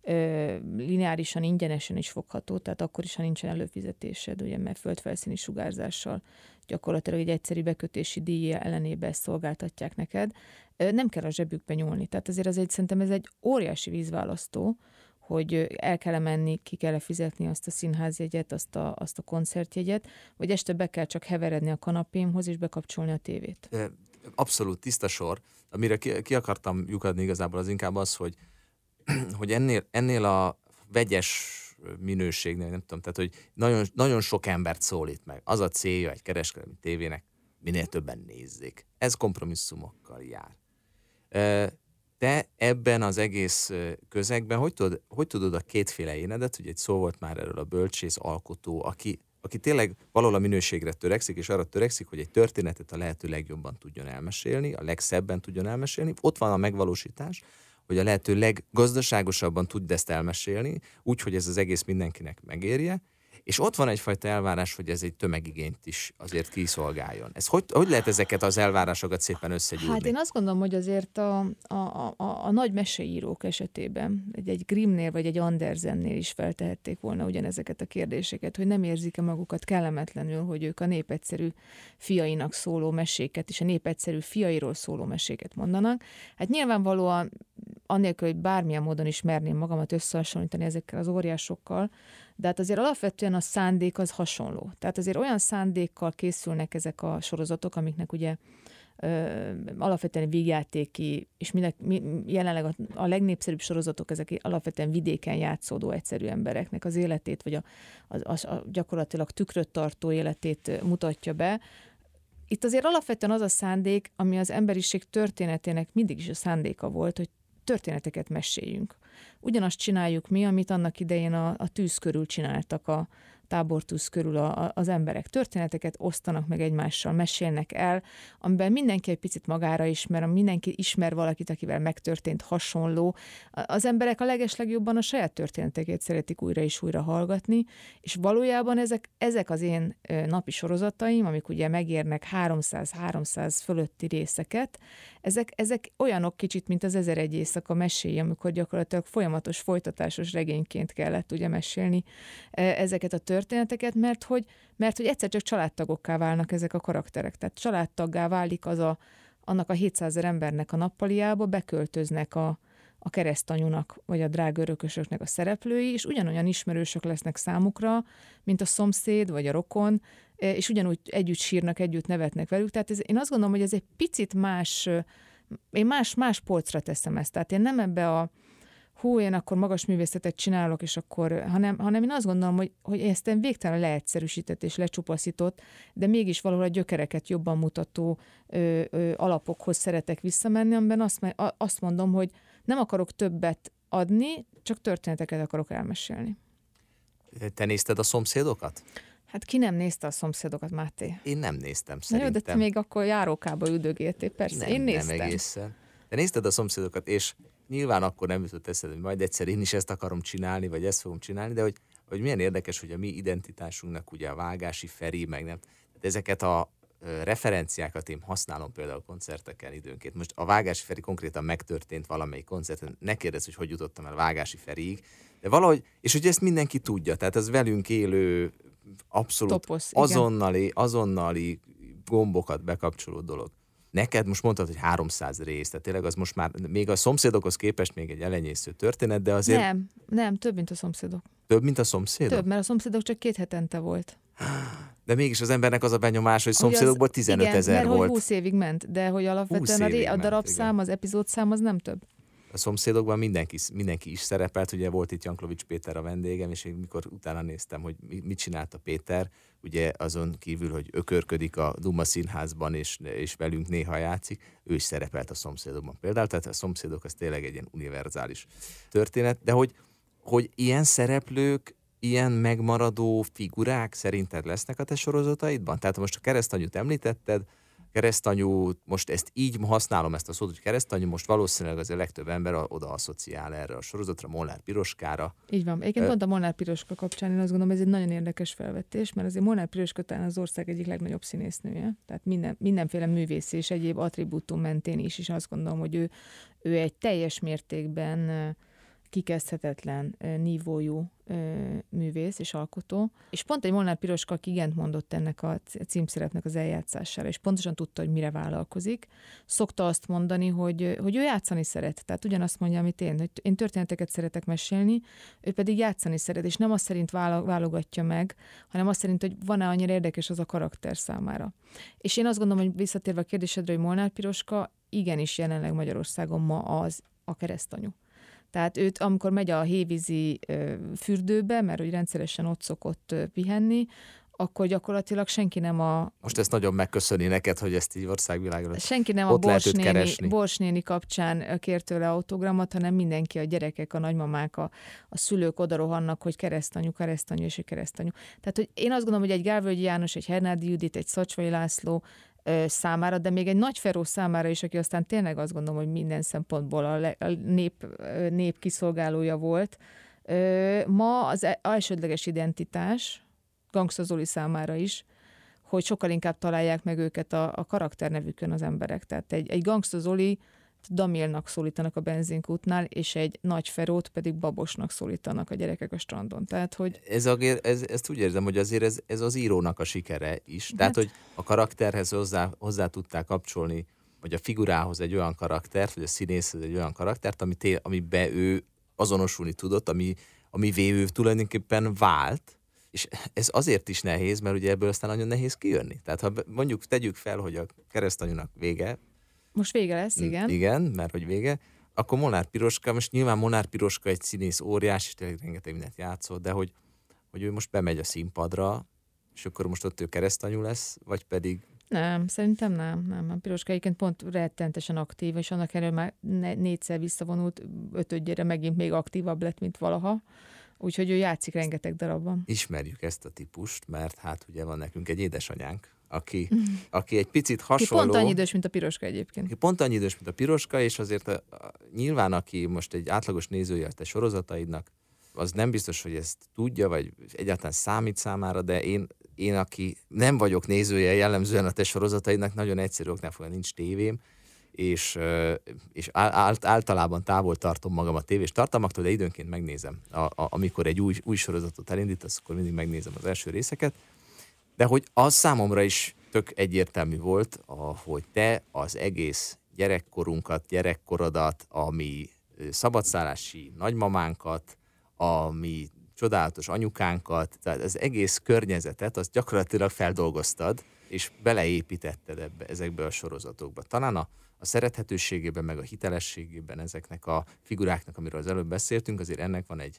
ö, lineárisan, ingyenesen is fogható, tehát akkor is, ha nincsen előfizetésed, ugye, mert földfelszíni sugárzással gyakorlatilag egy egyszerű bekötési díj ellenébe ezt szolgáltatják neked. Ö, nem kell a zsebükbe nyúlni, tehát azért az egy, szerintem ez egy óriási vízválasztó, hogy el kell menni, ki kell fizetni azt a színházjegyet, azt a, azt a koncertjegyet, vagy este be kell csak heveredni a kanapémhoz, és bekapcsolni a tévét. Abszolút tiszta sor. Amire ki, ki akartam lyukadni igazából az inkább az, hogy, hogy ennél, ennél a vegyes minőségnél, nem tudom, tehát hogy nagyon, nagyon sok embert szólít meg. Az a célja egy kereskedelmi tévének, minél többen nézzék. Ez kompromisszumokkal jár. Te ebben az egész közegben hogy tudod, hogy tudod a kétféle énedet, hogy egy szó volt már erről a bölcsész alkotó, aki, aki tényleg valahol a minőségre törekszik, és arra törekszik, hogy egy történetet a lehető legjobban tudjon elmesélni, a legszebben tudjon elmesélni. Ott van a megvalósítás, hogy a lehető leggazdaságosabban tudd ezt elmesélni, úgy, hogy ez az egész mindenkinek megérje, és ott van egyfajta elvárás, hogy ez egy tömegigényt is azért kiszolgáljon. Ez hogy, hogy lehet ezeket az elvárásokat szépen összegyúrni? Hát én azt gondolom, hogy azért a, a, a, a nagy meseírók esetében, egy, egy Grimmnél vagy egy Andersennél is feltehették volna ugyanezeket a kérdéseket, hogy nem érzik-e magukat kellemetlenül, hogy ők a népegyszerű fiainak szóló meséket és a népegyszerű fiairól szóló meséket mondanak. Hát nyilvánvalóan annélkül, hogy bármilyen módon is merném magamat összehasonlítani ezekkel az óriásokkal, de hát azért alapvetően a szándék az hasonló. Tehát azért olyan szándékkal készülnek ezek a sorozatok, amiknek ugye ö, alapvetően vígjátéki, és minek, mi, jelenleg a, a legnépszerűbb sorozatok ezek alapvetően vidéken játszódó egyszerű embereknek az életét, vagy a, a, a, a gyakorlatilag tükröt tartó életét mutatja be. Itt azért alapvetően az a szándék, ami az emberiség történetének mindig is a szándéka volt, hogy történeteket meséljünk. Ugyanazt csináljuk mi, amit annak idején a, a tűz körül csináltak, a tábortűz körül a, a, az emberek. Történeteket osztanak meg egymással, mesélnek el, amiben mindenki egy picit magára ismer, mindenki ismer valakit, akivel megtörtént hasonló. Az emberek a legeslegjobban a saját történeteket szeretik újra és újra hallgatni, és valójában ezek, ezek az én napi sorozataim, amik ugye megérnek háromszáz-háromszáz fölötti részeket, ezek, ezek olyanok kicsit, mint az Ezeregy éjszaka meséi, amikor gyakorlatilag folyamatos, folytatásos regényként kellett ugye mesélni ezeket a történeteket, mert hogy, mert hogy egyszer csak családtagokká válnak ezek a karakterek. Tehát családtaggá válik az a, annak a hétszázezer embernek a nappaliába, beköltöznek a, a keresztanyúnak, vagy a drága örökösöknek a szereplői, és ugyanolyan ismerősök lesznek számukra, mint a szomszéd, vagy a rokon, és ugyanúgy együtt sírnak, együtt nevetnek velük. Tehát ez, én azt gondolom, hogy ez egy picit más, én más, más polcra teszem ezt. Tehát én nem ebbe a hú, én akkor magas művészetet csinálok, és akkor, hanem, hanem én azt gondolom, hogy, hogy ezt én végtelen leegyszerűsített és lecsupaszított, de mégis valahol a gyökereket jobban mutató ö, ö, alapokhoz szeretek visszamenni, amiben azt, azt mondom, hogy nem akarok többet adni, csak történeteket akarok elmesélni. Te nézted a Szomszédokat? Hát ki nem nézte a Szomszédokat, Máté? Én nem néztem Na szerintem. jó, de te még akkor járókába üldögéltél, persze. Nem, Én néztem. nem egészen. De nézted a Szomszédokat, és nyilván akkor nem jutott eszedbe, hogy majd egyszer én is ezt akarom csinálni, vagy ezt fogom csinálni, de hogy, hogy milyen érdekes, hogy a mi identitásunknak ugye a Vágási Feri, meg nem. Tehát ezeket a referenciákat én használom például koncerteken időnként. Most a Vágási Feri konkrétan megtörtént valamelyik koncerten, ne kérdezz, hogy hogy jutottam el Vágási Feriig, de valahogy, és hogy ezt mindenki tudja, tehát ez velünk élő, abszolút Toposz, azonnali, azonnali gombokat bekapcsoló dolog. Neked most mondtad, hogy háromszáz rész, tehát tényleg az most már még a Szomszédokhoz képest még egy elenyésző történet, de azért... Nem, nem, több, mint a Szomszédok. Több, mint a Szomszédok? Több, mert a Szomszédok csak két hetente volt. De mégis az embernek az a benyomás, hogy Szomszédokból tizenötezer volt. Igen, mert hogy húsz évig ment, de hogy alapvetően a, ré, a darabszám, az epizódszám az nem több. A Szomszédokban mindenki, mindenki is szerepelt, ugye volt itt Janklowicz Péter a vendégem, és én mikor utána néztem, hogy mit csinált a Péter, ugye azon kívül, hogy ökörködik a Duma Színházban, és, és velünk néha játszik, ő is szerepelt a Szomszédokban például, tehát a Szomszédok az tényleg egy ilyen univerzális történet, de hogy, hogy ilyen szereplők, ilyen megmaradó figurák szerinted lesznek a te sorozataidban? Tehát most a Keresztanyút említetted, Keresztanyu, most ezt így használom ezt a szót, hogy Keresztanyu, most valószínűleg az a legtöbb ember oda asszociál erre a sorozatra, Molnár Piroskára. Így van. Egyébként pont a Molnár Piroska kapcsán én azt gondolom, ez egy nagyon érdekes felvetés, mert azért Molnár Piroska talán az ország egyik legnagyobb színésznője. Tehát minden, mindenféle művész és egyéb attribútum mentén is, is azt gondolom, hogy ő, ő egy teljes mértékben kikezdhetetlen nívójú művész és alkotó. És pont egy Molnár Piroska, aki igent mondott ennek a címszerepnek az eljátszására, és pontosan tudta, hogy mire vállalkozik. Szokta azt mondani, hogy, hogy ő játszani szeret. Tehát ugyanazt mondja, amit én, hogy én történeteket szeretek mesélni, ő pedig játszani szeret, és nem azt szerint válogatja meg, hanem azt szerint, hogy van-e annyira érdekes az a karakter számára. És én azt gondolom, hogy visszatérve a kérdésedre, hogy Molnár Piroska igenis jelenleg Magyarországon ma az a keresztanyu. Tehát őt, amikor megy a hévízi ö, fürdőbe, mert hogy rendszeresen ott szokott ö, pihenni, akkor gyakorlatilag senki nem a... Most ezt nagyon megköszöni neked, hogy ezt így országvilágra senki nem a Borsnéni, Borsnéni kapcsán kér tőle autogramot, hanem mindenki, a gyerekek, a nagymamák, a, a szülők odarohannak, hogy keresztanyu, keresztanyu és keresztanyu. Tehát, hogy én azt gondolom, hogy egy Gálvölgyi János, egy Hernádi Judit, egy Szacsvai László számára, de még egy Nagyferó számára is, aki aztán tényleg azt gondolom, hogy minden szempontból a, le, a nép, nép kiszolgálója volt. Ma az elsődleges identitás, Gangsta Zoli számára is, hogy sokkal inkább találják meg őket a, a karakternevükön az emberek. Tehát egy, egy Gangsta Zoli Damilnak szólítanak a benzinkútnál, és egy Nagyferót pedig Babosnak szólítanak a gyerekek a strandon. Tehát, hogy... Ez, a, ez, ezt úgy érzem, hogy azért ez, ez az írónak a sikere is. Hát... Tehát, hogy a karakterhez hozzá, hozzá tudták kapcsolni, vagy a figurához egy olyan karaktert, vagy a színészhez egy olyan karaktert, ami té, amiben ő azonosulni tudott, ami, amivé ő tulajdonképpen vált, és ez azért is nehéz, mert ugye ebből aztán nagyon nehéz kijönni. Tehát ha mondjuk tegyük fel, hogy a Keresztanyúnak vége, most vége lesz, igen. Igen, mert hogy vége. Akkor Molnár Piroska, most nyilván Molnár Piroska egy színész óriás, és tényleg rengeteg mindent játszott, de hogy, hogy ő most bemegy a színpadra, és akkor most ott ő keresztanyú lesz, vagy pedig... Nem, szerintem nem. nem. A Piroska egyébként pont rettentesen aktív, és annak ellenére már négyszer visszavonult, ötödjére megint még aktívabb lett, mint valaha. Úgyhogy ő játszik rengeteg darabban. Ismerjük ezt a típust, mert hát ugye van nekünk egy édesanyánk, aki, aki egy picit hasonló... Ki pont annyi idős, mint a Piroska egyébként. Aki pont annyi idős, mint a Piroska, és azért a, a, nyilván, aki most egy átlagos nézője a te sorozataidnak, az nem biztos, hogy ezt tudja, vagy egyáltalán számít számára, de én, én aki nem vagyok nézője jellemzően a te sorozataidnak, nagyon egyszerű oknál fogva nincs tévém, és, és általában távol tartom magam a tévés tartalmaktól, de időnként megnézem. A, a, amikor egy új, új sorozatot elindítasz, akkor mindig megnézem az első részeket. De hogy az számomra is tök egyértelmű volt, hogy te az egész gyerekkorunkat, gyerekkorodat, a mi szabadszállási nagymamánkat, a mi csodálatos anyukánkat, tehát az egész környezetet, azt gyakorlatilag feldolgoztad, és beleépítetted ebbe, ezekbe a sorozatokba. Talán a, a szerethetőségében, meg a hitelességében ezeknek a figuráknak, amiről az előbb beszéltünk, azért ennek van egy,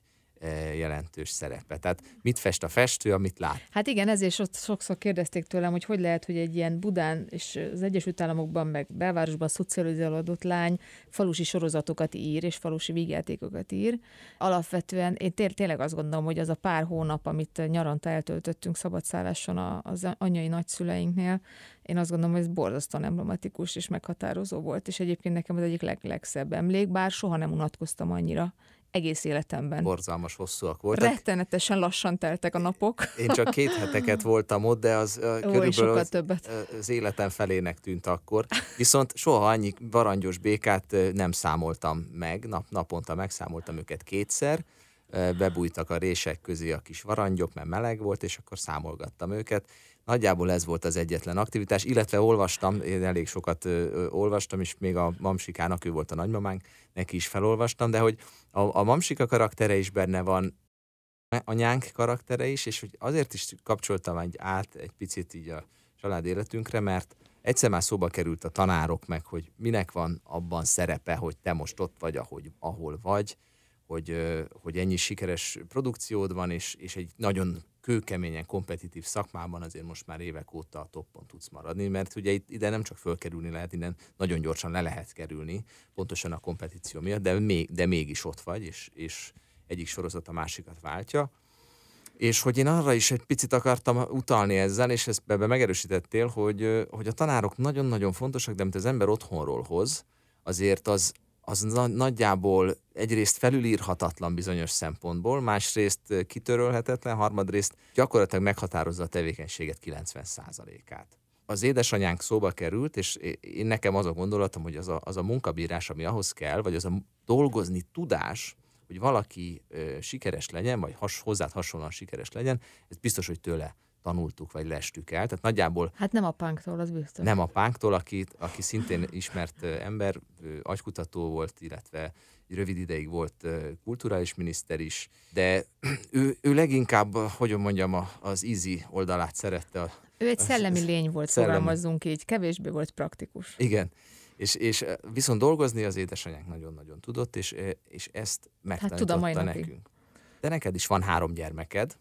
jelentős szerepe. Tehát mit fest a festő, amit lát? Hát igen, ezért so- sokszor kérdezték tőlem, hogy hogy lehet, hogy egy ilyen Budán és az Egyesült Államokban, meg belvárosban szocializálódott lány falusi sorozatokat ír, és falusi vígjátékokat ír. Alapvetően én té- tényleg azt gondolom, hogy az a pár hónap, amit nyaranta eltöltöttünk szabadszálláson az anyai nagyszüleinknél, én azt gondolom, hogy ez borzasztóan emblematikus és meghatározó volt, és egyébként nekem az egyik leg- legszebb emlék, bár soha nem unatkoztam annyira egész életemben. Borzalmas hosszúak voltak. Rettenetesen lassan teltek a napok. Én csak két heteket voltam ott, de az uh, körülbelül az, többet. az életem felének tűnt akkor. Viszont soha annyi varangyos békát uh, nem számoltam meg, nap, naponta megszámoltam őket kétszer, uh, bebújtak a rések közé a kis varangyok, mert meleg volt, és akkor számolgattam őket. Nagyjából ez volt az egyetlen aktivitás, illetve olvastam, én elég sokat ö, olvastam, és még a Mamsikának, ő volt a nagymamánk, neki is felolvastam, de hogy a, a Mamsika karaktere is benne van, anyánk karaktere is, és hogy azért is kapcsoltam egy át egy picit így a család életünkre, mert egyszer már szóba került a tanárok meg, hogy minek van abban szerepe, hogy te most ott vagy, ahogy, ahol vagy, hogy, hogy ennyi sikeres produkciód van, és, és egy nagyon kőkeményen, kompetitív szakmában azért most már évek óta a toppon tudsz maradni, mert ugye itt, ide nem csak fölkerülni lehet, innen nagyon gyorsan le lehet kerülni, pontosan a kompetíció miatt, de, még, de mégis ott vagy, és, és egyik sorozat a másikat váltja. És hogy én arra is egy picit akartam utalni ezzel, és ezt ebben megerősítettél, hogy, hogy a tanárok nagyon-nagyon fontosak, de amit az ember otthonról hoz, azért az, az nagyjából egyrészt felülírhatatlan bizonyos szempontból, másrészt kitörölhetetlen, harmadrészt gyakorlatilag meghatározza a tevékenységet kilencven százalékát. Az édesanyánk szóba került, és én nekem az a gondolatom, hogy az a, az a munkabírás, ami ahhoz kell, vagy az a dolgozni tudás, hogy valaki ö, sikeres legyen, vagy has, hozzád hasonlóan sikeres legyen, ez biztos, hogy tőle tanultuk, vagy lestük el. Tehát nagyjából... Hát nem apánktól, az biztos. Nem apánktól, aki, aki szintén ismert ember, agykutató volt, illetve rövid ideig volt kulturális miniszter is, de ő, ő leginkább, hogy mondjam, az easy oldalát szerette. A, ő egy szellemi a, lény volt, szellemi. Fogalmazzunk így, kevésbé volt praktikus. Igen. És, és viszont dolgozni az édesanyánk nagyon-nagyon tudott, és, és ezt megtanította hát nekünk. De neked is van három gyermeked,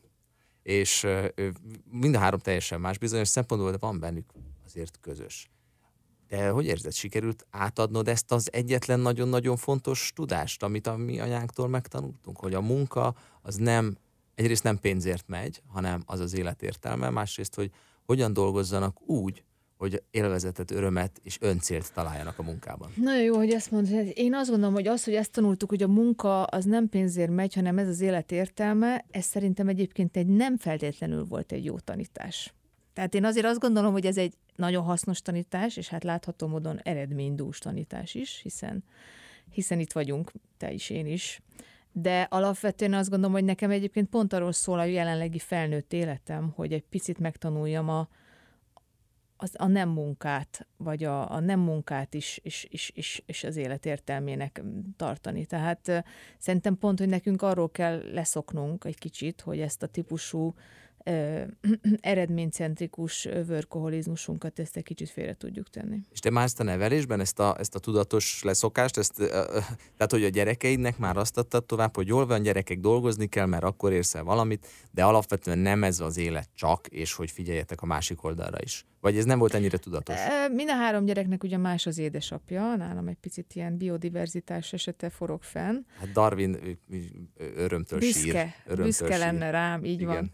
és mind a három teljesen más bizonyos szempontból, de van bennük azért közös. De hogy érzed, sikerült átadnod ezt az egyetlen nagyon-nagyon fontos tudást, amit a mi anyánktól megtanultunk, hogy a munka az nem, egyrészt nem pénzért megy, hanem az az életértelme, másrészt, hogy hogyan dolgozzanak úgy, hogy élvezetet, örömet és öncélt találjanak a munkában. Nagyon jó, hogy ezt mondod. Én azt gondolom, hogy az, hogy ezt tanultuk, hogy a munka az nem pénzért megy, hanem ez az élet értelme, ez szerintem egyébként egy nem feltétlenül volt egy jó tanítás. Tehát én azért azt gondolom, hogy ez egy nagyon hasznos tanítás, és hát látható módon eredménydús tanítás is, hiszen, hiszen itt vagyunk, te is, én is. De alapvetően azt gondolom, hogy nekem egyébként pont arról szól a jelenlegi felnőtt életem, hogy egy picit megtanuljam a Az, a nem munkát, vagy a, a nem munkát is, is, is, is, is az élet értelmének tartani. Tehát uh, szerintem pont, hogy nekünk arról kell leszoknunk egy kicsit, hogy ezt a típusú uh, eredménycentrikus workoholizmusunkat ezt egy kicsit félre tudjuk tenni. És te már ezt a nevelésben, ezt a, ezt a tudatos leszokást, ezt, uh, tehát hogy a gyerekeidnek már azt adtad tovább, hogy jól van, gyerekek, dolgozni kell, mert akkor érsz el valamit, de alapvetően nem ez az élet csak, és hogy figyeljetek a másik oldalra is. Vagy ez nem volt ennyire tudatos? Mind a három gyereknek ugye más az édesapja, nálam egy picit ilyen biodiverzitás esete forog fenn. Hát Darwin örömtől büszke, sír. Örömtől büszke sír. lenne rám, így Igen. van.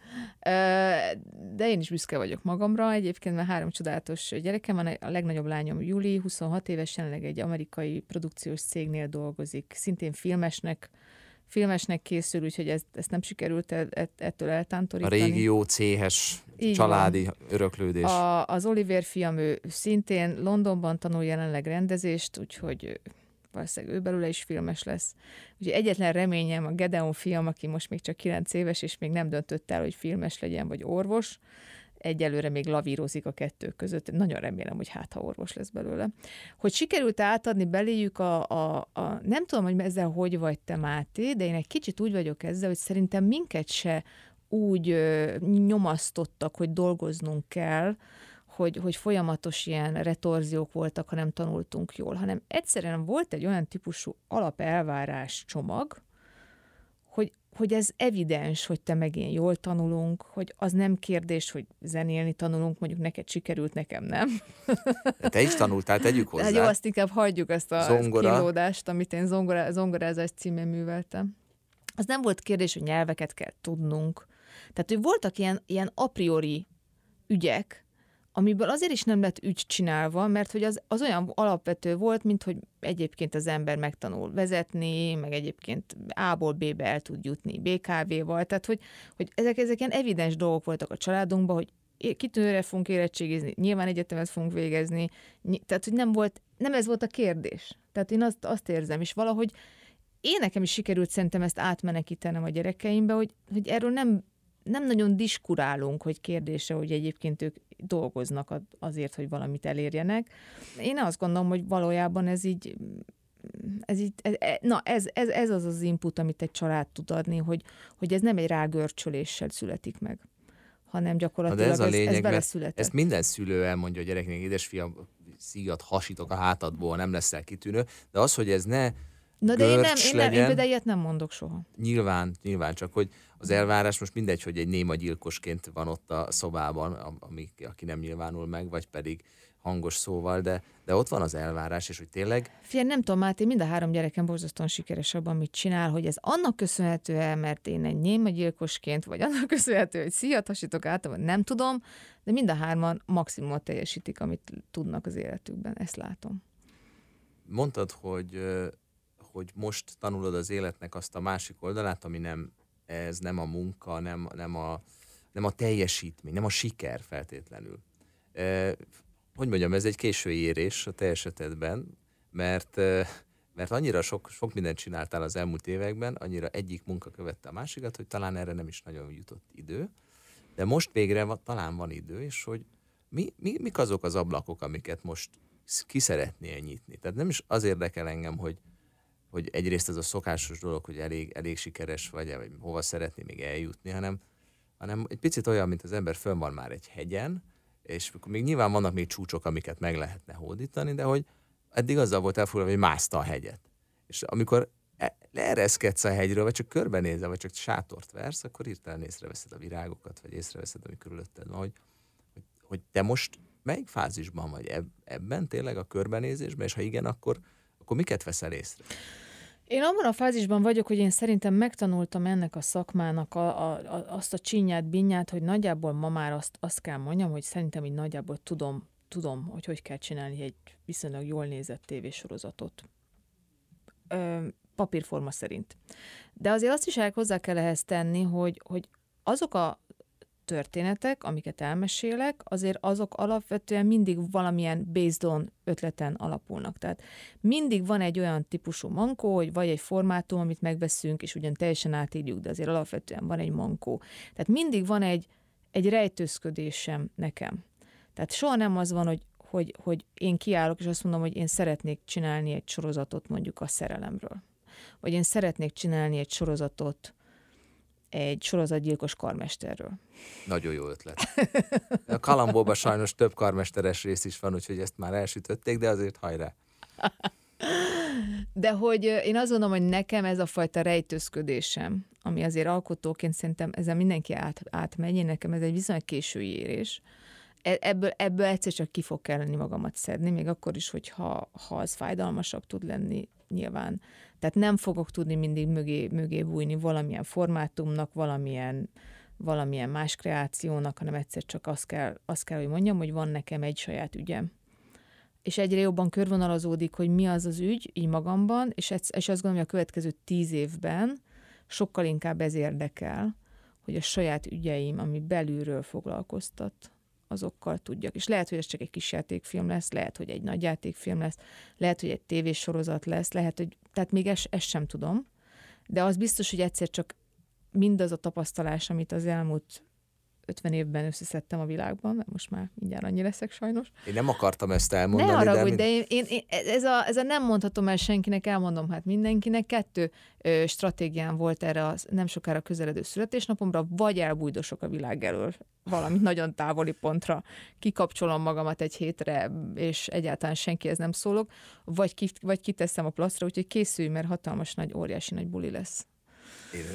De én is büszke vagyok magamra, egyébként már három csodálatos gyerekem van, a legnagyobb lányom Juli, huszonhat éves, jelenleg egy amerikai produkciós cégnél dolgozik, szintén filmesnek, filmesnek készül, úgyhogy ez, ezt nem sikerült ettől eltántorítani. A régió céhes így családi van. Öröklődés. A, az Oliver fiam, ő szintén Londonban tanul jelenleg rendezést, úgyhogy valószínűleg ő belőle is filmes lesz. Úgyhogy egyetlen reményem a Gedeon fiam, aki most még csak kilenc éves, és még nem döntött el, hogy filmes legyen, vagy orvos. Egyelőre még lavírozik a kettő között. Nagyon remélem, hogy hát, ha orvos lesz belőle. Hogy sikerült átadni beléjük a, a, a... Nem tudom, hogy ezzel hogy vagy te, Máté, de én egy kicsit úgy vagyok ezzel, hogy szerintem minket se úgy ö, nyomasztottak, hogy dolgoznunk kell, hogy, hogy folyamatos ilyen retorziók voltak, ha nem tanultunk jól, hanem egyszerűen volt egy olyan típusú alapelvárás csomag, hogy hogy ez evidens, hogy te meg én jól tanulunk, hogy az nem kérdés, hogy zenélni tanulunk, mondjuk neked sikerült, nekem nem. De te is tanultál, tegyük hozzá. Hát jó, azt inkább hagyjuk ezt a Zongora. kínlódást, amit én zongora, zongorázás címén műveltem. Az nem volt kérdés, hogy nyelveket kell tudnunk. Tehát, hogy voltak ilyen, ilyen a priori ügyek, amiből azért is nem lett ügy csinálva, mert hogy az, az olyan alapvető volt, mint hogy egyébként az ember megtanul vezetni, meg egyébként A-ból B-be el tud jutni bé ká vé-val, tehát hogy, hogy ezek, ezek ilyen evidens dolgok voltak a családunkban, hogy kitűnőre fogunk érettségizni, nyilván egyetemet fogunk végezni, tehát hogy nem volt, nem ez volt a kérdés. Tehát én azt, azt érzem, és valahogy én nekem is sikerült szerintem ezt átmenekítenem a gyerekeimbe, hogy, hogy erről nem nem nagyon diskurálunk, hogy kérdése, hogy egyébként ők dolgoznak azért, hogy valamit elérjenek. Én azt gondolom, hogy valójában ez így, ez így ez, na ez, ez, ez az az input, amit egy család tud adni, hogy, hogy ez nem egy rágörcsöléssel születik meg, hanem gyakorlatilag ez, a lényeg, ez, ez beleszületett. Ezt minden szülő elmondja a gyereknek, édesfiam, szíjat hasítok a hátadból, nem leszel kitűnő, de az, hogy ez ne Na de én nem, én, nem, legyen, én például ilyet nem mondok soha. Nyilván, nyilván, csak hogy az elvárás most mindegy, hogy egy néma gyilkosként van ott a szobában, ami, aki nem nyilvánul meg, vagy pedig hangos szóval, de, de ott van az elvárás, és hogy tényleg... Figyelj, nem tudom, Máté, mind a három gyerekem borzasztóan sikeres abban, amit csinál, hogy ez annak köszönhető el, mert én egy néma gyilkosként, vagy annak köszönhető, hogy szíjat hasítok általában, nem tudom, de mind a hárman maximumot teljesítik, amit tudnak az életükben. Ezt látom. Mondtad, hogy... hogy most tanulod az életnek azt a másik oldalát, ami nem, ez nem a munka, nem, nem, a, nem a teljesítmény, nem a siker feltétlenül. E, hogy mondjam, ez egy késői érés a te esetedben, mert, mert annyira sok, sok mindent csináltál az elmúlt években, annyira egyik munka követte a másikat, hogy talán erre nem is nagyon jutott idő, de most végre van, talán van idő, és hogy mi, mi, mik azok az ablakok, amiket most ki szeretnél nyitni. Tehát nem is az érdekel engem, hogy hogy egyrészt ez a szokásos dolog, hogy elég, elég sikeres vagy, vagy hova szeretné még eljutni, hanem, hanem egy picit olyan, mint az ember fönn van már egy hegyen, és még nyilván vannak még csúcsok, amiket meg lehetne hódítani, de hogy eddig azzal volt elfoglalva, hogy mászta a hegyet. És amikor leereszkedsz a hegyről, vagy csak körbenézel, vagy csak sátort versz, akkor hirtelen észreveszed a virágokat, vagy észreveszed, ami körülötted van, hogy, hogy, hogy te most melyik fázisban vagy ebben tényleg a körbenézésben, és ha igen, akkor akkor miket veszel észre? Én abban a fázisban vagyok, hogy én szerintem megtanultam ennek a szakmának a, a, azt a csinyát, binyát, hogy nagyjából ma már azt, azt kell mondjam, hogy szerintem így nagyjából tudom, tudom, hogy hogy kell csinálni egy viszonylag jól nézett tévésorozatot. Ö, papírforma szerint. De azért azt is el hozzá kell ehhez tenni, hogy, hogy azok a történetek, amiket elmesélek, azért azok alapvetően mindig valamilyen based on ötleten alapulnak. Tehát mindig van egy olyan típusú mankó, hogy vagy egy formátum, amit megveszünk, és ugyan teljesen átírjuk, de azért alapvetően van egy mankó. Tehát mindig van egy, egy rejtőzködésem nekem. Tehát soha nem az van, hogy, hogy, hogy én kiállok, és azt mondom, hogy én szeretnék csinálni egy sorozatot mondjuk a szerelemről. Vagy én szeretnék csinálni egy sorozatot egy sorozatgyilkos karmesterről. Nagyon jó ötlet. A Kalambóban sajnos több karmesteres rész is van, úgyhogy ezt már elsütötték, de azért hajrá. De hogy én azt gondolom, hogy nekem ez a fajta rejtőzködésem, ami azért alkotóként szerintem ezen mindenki át, átmegy, én nekem ez egy viszonylag késői érés. Ebből, ebből egyszer csak ki fog kelleni magamat szedni, még akkor is, hogyha ha az fájdalmasabb tud lenni nyilván. Tehát nem fogok tudni mindig mögé, mögé bújni valamilyen formátumnak, valamilyen, valamilyen más kreációnak, hanem egyszer csak azt kell, azt kell, hogy mondjam, hogy van nekem egy saját ügyem. És egyre jobban körvonalazódik, hogy mi az az ügy, így magamban, és, és azt gondolom, hogy a következő tíz évben sokkal inkább ez érdekel, hogy a saját ügyeim, ami belülről foglalkoztat, azokkal tudjak. És lehet, hogy ez csak egy kis játékfilm lesz, lehet, hogy egy nagy játékfilm lesz, lehet, hogy egy tévésorozat lesz, lehet, hogy, tehát még ezt, ezt sem tudom, de az biztos, hogy egyszer csak mindaz a tapasztalás, amit az elmúlt ötven évben összeszedtem a világban, mert most már mindjárt annyi leszek sajnos. Én nem akartam ezt elmondani. Ne haragudj, de, de én, én, én ez, a, ez a nem mondhatom el senkinek, elmondom hát mindenkinek. Kettő ö, stratégián volt erre a nem sokára közeledő születésnapomra, vagy elbújdosok a világ elől valamit nagyon távoli pontra, kikapcsolom magamat egy hétre, és egyáltalán senkihez nem szólok, vagy, ki, vagy kiteszem a plasztra, úgyhogy készülj, mert hatalmas nagy, óriási nagy buli lesz. Én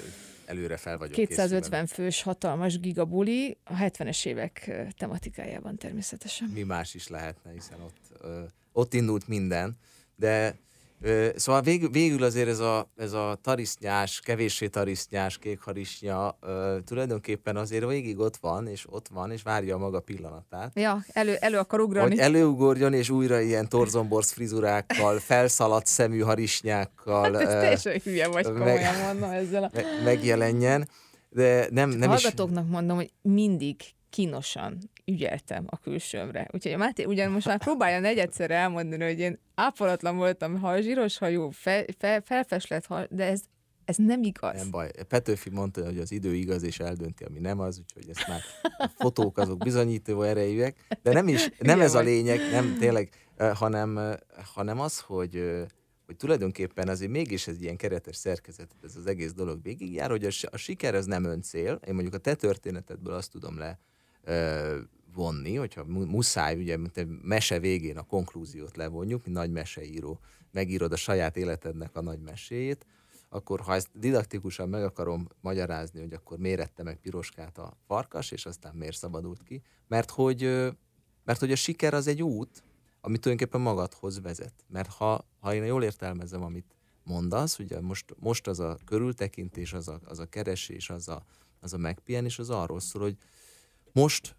előre fel vagyok kétszázötven fős hatalmas gigabuli, a hetvenes évek tematikájában természetesen. Mi más is lehetne, hiszen ott, ö, ott indult minden, de ö, szóval végül, végül azért ez a, ez a tarisznyás, kevéssé tarisznyás kékharisnya ö, tulajdonképpen azért végig ott van, és ott van, és várja a maga pillanatát. Ja, elő, elő akar ugrani. Hogy előugorjon, és újra ilyen torzomborz frizurákkal, felszaladt szemű harisnyákkal Hát ez ö, teljesen hülye vagy, komolyan mondom ezzel a... me- megjelenjen. De nem, nem is... Hallgatóknak mondom, hogy mindig kínosan ügyeltem a külsőmre. Úgyhogy a Máté ugyan most már próbálja negyedszer elmondani, hogy én ápolatlan voltam, ha zsíros hajú, fel, fel, felfeslett haj, de ez, ez nem igaz. Nem baj. Petőfi mondta, hogy az idő igaz, és eldönti, ami nem az, úgyhogy ezt már a fotók azok bizonyító erejűek, de nem is, nem ez a lényeg, nem tényleg, hanem, hanem az, hogy hogy tulajdonképpen azért mégis ez ilyen keretes szerkezet, ez az egész dolog végigjár, hogy a, a siker az nem öncél. Én mondjuk a te történetedből azt tudom le ö, vonni, hogyha muszáj, ugye, mint egy mese végén a konklúziót levonjuk, mint nagy meseíró, megírod a saját életednek a nagy meséjét, akkor ha ezt didaktikusan meg akarom magyarázni, hogy akkor miért ette meg Piroskát a farkas, és aztán miért szabadult ki, mert hogy, mert hogy a siker az egy út, ami tulajdonképpen magadhoz vezet. Mert ha, ha én jól értelmezem, amit mondasz, ugye most, most az a körültekintés, az a, az a keresés, az a, az a megpihenés, az arról szól, hogy most,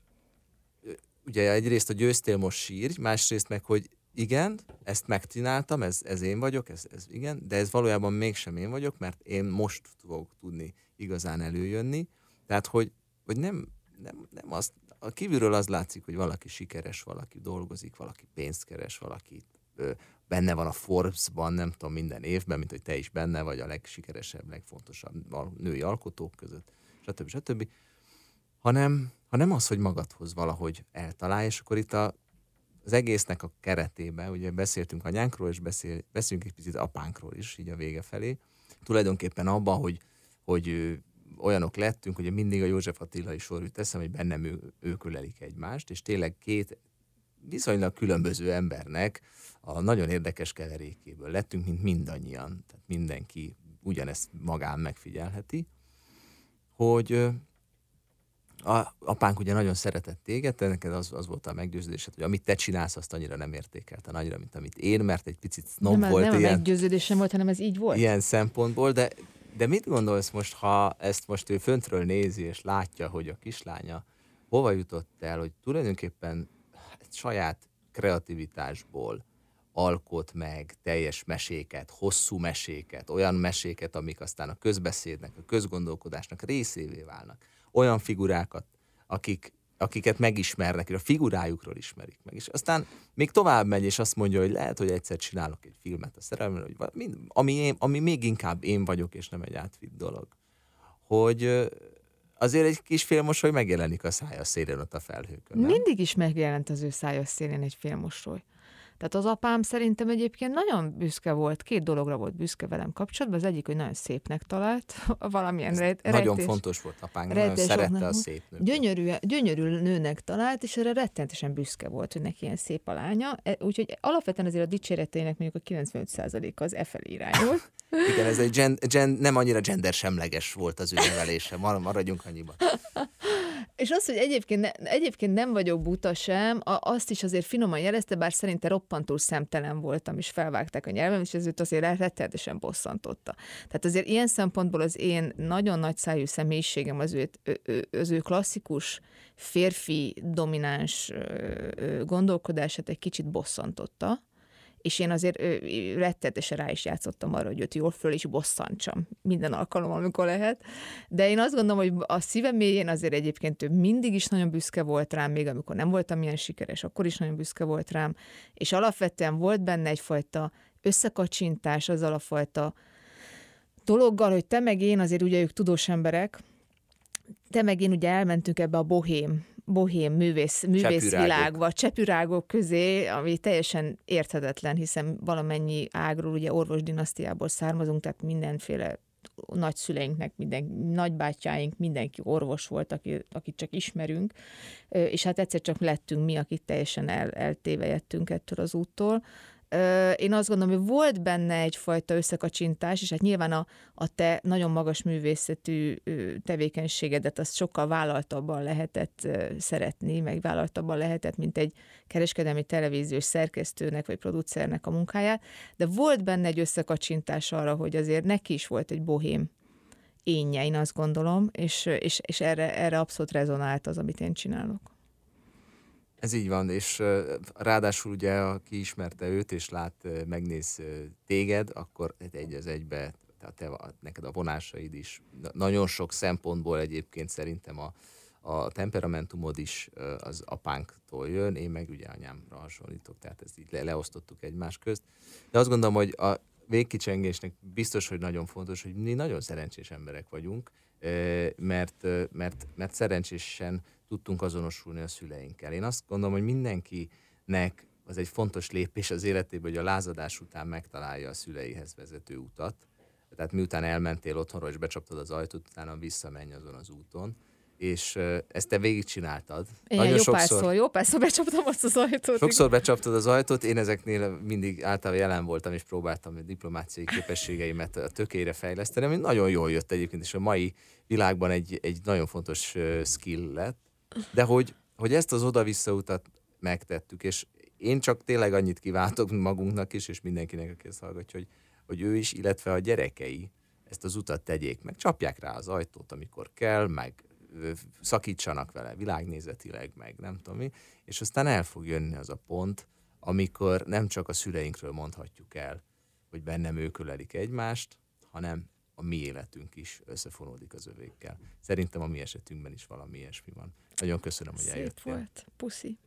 ugye egyrészt a győztél, most sírj, másrészt meg, hogy igen, ezt megcsináltam, ez, ez én vagyok, ez, ez igen, de ez valójában mégsem én vagyok, mert én most fogok tudni igazán előjönni. Tehát, hogy, hogy nem, nem, nem azt, a kívülről az látszik, hogy valaki sikeres, valaki dolgozik, valaki pénzt keres, valaki ö, benne van a Forbes-ban, nem tudom, minden évben, mint hogy te is benne vagy a legsikeresebb, legfontosabb női alkotók között, stb. stb. Hanem, hanem az, hogy magadhoz valahogy eltalálj, és akkor itt a, az egésznek a keretében, ugye beszéltünk anyánkról, és beszél, beszélünk egy picit apánkról is, így a vége felé. Tulajdonképpen abban, hogy, hogy olyanok lettünk, hogy mindig a József Attilai sor jut eszem, hogy bennem ő, ők ölelik egymást, és tényleg két viszonylag különböző embernek a nagyon érdekes keverékéből lettünk, mint mindannyian. Tehát mindenki ugyanezt magán megfigyelheti, hogy a apánk ugye nagyon szeretett téged, te neked az, az volt a meggyőződésed, hogy amit te csinálsz, azt annyira nem értékelte nagyra, mint amit én, mert egy picit snob nem, volt. Nem ilyen, a meggyőződésem volt, hanem ez így volt. Ilyen szempontból, de De mit gondolsz most, ha ezt most ő föntről nézi, és látja, hogy a kislánya hova jutott el, hogy tulajdonképpen saját kreativitásból alkot meg teljes meséket, hosszú meséket, olyan meséket, amik aztán a közbeszédnek, a közgondolkodásnak részévé válnak. Olyan figurákat, akik, akiket megismernek, és a figurájukról ismerik meg. És aztán még tovább megy, és azt mondja, hogy lehet, hogy egyszer csinálok egy filmet a szerelemről, hogy mind, ami, én, ami még inkább én vagyok, és nem egy átvitt dolog. Hogy azért egy kis félmosoly megjelenik a szája szélén ott a felhőkön, nem? Mindig is megjelent az ő szája szélén egy félmosoly. Tehát az apám szerintem egyébként nagyon büszke volt, két dologra volt büszke velem kapcsolatban, az egyik, hogy nagyon szépnek talált valamilyen rejt, Nagyon rejtés, fontos volt apánk, nagyon szerette a szép nőt. Gyönyörű, gyönyörű nőnek talált, és erre rettenetesen büszke volt, hogy neki ilyen szép a lánya. Úgyhogy alapvetően azért a dicséreteinek mondjuk a kilencvenöt százaléka az e felé irányult. Igen, ez egy gen, gen, nem annyira gendersemleges volt az ő nevelése, maradjunk annyiban. És az, hogy egyébként, ne, egyébként nem vagyok buta sem, a, azt is azért finoman jelezte, bár szerinte roppantul szemtelen voltam, és felvágták a nyelvem, és ez őt azért rettenetesen bosszantotta. Tehát azért ilyen szempontból az én nagyon nagy szájú személyiségem az ő, az ő klasszikus férfi domináns gondolkodását egy kicsit bosszantotta, és én azért rettenetesen rá is játszottam arra, hogy őt jól föl is bosszantsam minden alkalommal, amikor lehet. De én azt gondolom, hogy a szívem mélyén azért egyébként ő mindig is nagyon büszke volt rám, még amikor nem voltam ilyen sikeres, akkor is nagyon büszke volt rám, és alapvetően volt benne egyfajta összekacsintás azzal a fajta dologgal, hogy te meg én, azért ugye ők tudós emberek, te meg én ugye elmentünk ebbe a bohém bohém művész, művészvilágba, csepürágok közé, ami teljesen érthetetlen, hiszen valamennyi ágról, ugye orvosdinasztiából származunk, tehát mindenféle nagyszüleinknek, minden, nagybátyáink, mindenki orvos volt, aki, akit csak ismerünk, és hát egyszer csak lettünk mi, akik teljesen el, eltévejettünk ettől az úttól. Én azt gondolom, hogy volt benne egyfajta összekacsintás, és hát nyilván a, a te nagyon magas művészetű tevékenységedet azt sokkal vállaltabban lehetett szeretni, meg vállaltabban lehetett, mint egy kereskedelmi televíziós szerkesztőnek vagy producernek a munkáját, de volt benne egy összekacsintás arra, hogy azért neki is volt egy bohém énje, én azt gondolom, és, és, és erre, erre abszolút rezonált az, amit én csinálok. Ez így van, és ráadásul ugye, aki ismerte őt, és lát, megnéz téged, akkor egy az egybe, tehát te, neked a vonásaid is, nagyon sok szempontból egyébként szerintem a, a temperamentumod is az apánktól jön, én meg ugye anyámra hasonlítok, tehát ezt így le, leosztottuk egymás közt. De azt gondolom, hogy a végkicsengésnek biztos, hogy nagyon fontos, hogy mi nagyon szerencsés emberek vagyunk, mert, mert, mert szerencsésen tudtunk azonosulni a szüleinkkel. Én azt gondolom, hogy mindenkinek az egy fontos lépés az életében, hogy a lázadás után megtalálja a szüleihez vezető utat. Tehát miután elmentél otthonról, és becsaptad az ajtót, utána visszamenj azon az úton. És ezt te végigcsináltad. Én jó sokszor, párszor, jó párszor becsaptam azt az ajtót. Sokszor becsaptad az ajtót, én ezeknél mindig általában jelen voltam, és próbáltam a diplomáciai képességeimet a tökére fejleszteni, ami nagyon jól jött egyébként, és a mai világban egy, egy nagyon fontos skill lett. De hogy, hogy ezt az oda-vissza utat megtettük, és én csak tényleg annyit kívántok magunknak is, és mindenkinek, aki ezt hallgatja, hogy, hogy ő is, illetve a gyerekei ezt az utat tegyék meg, csapják rá az ajtót, amikor kell, meg szakítsanak vele világnézetileg, meg nem tudom mi, és aztán el fog jönni az a pont, amikor nem csak a szüleinkről mondhatjuk el, hogy bennem ők ölelik egymást, hanem a mi életünk is összefonódik az övékkel. Szerintem a mi esetünkben is valami ilyesmi van. Nagyon köszönöm, hogy eljöttél. Szép volt. Puszi.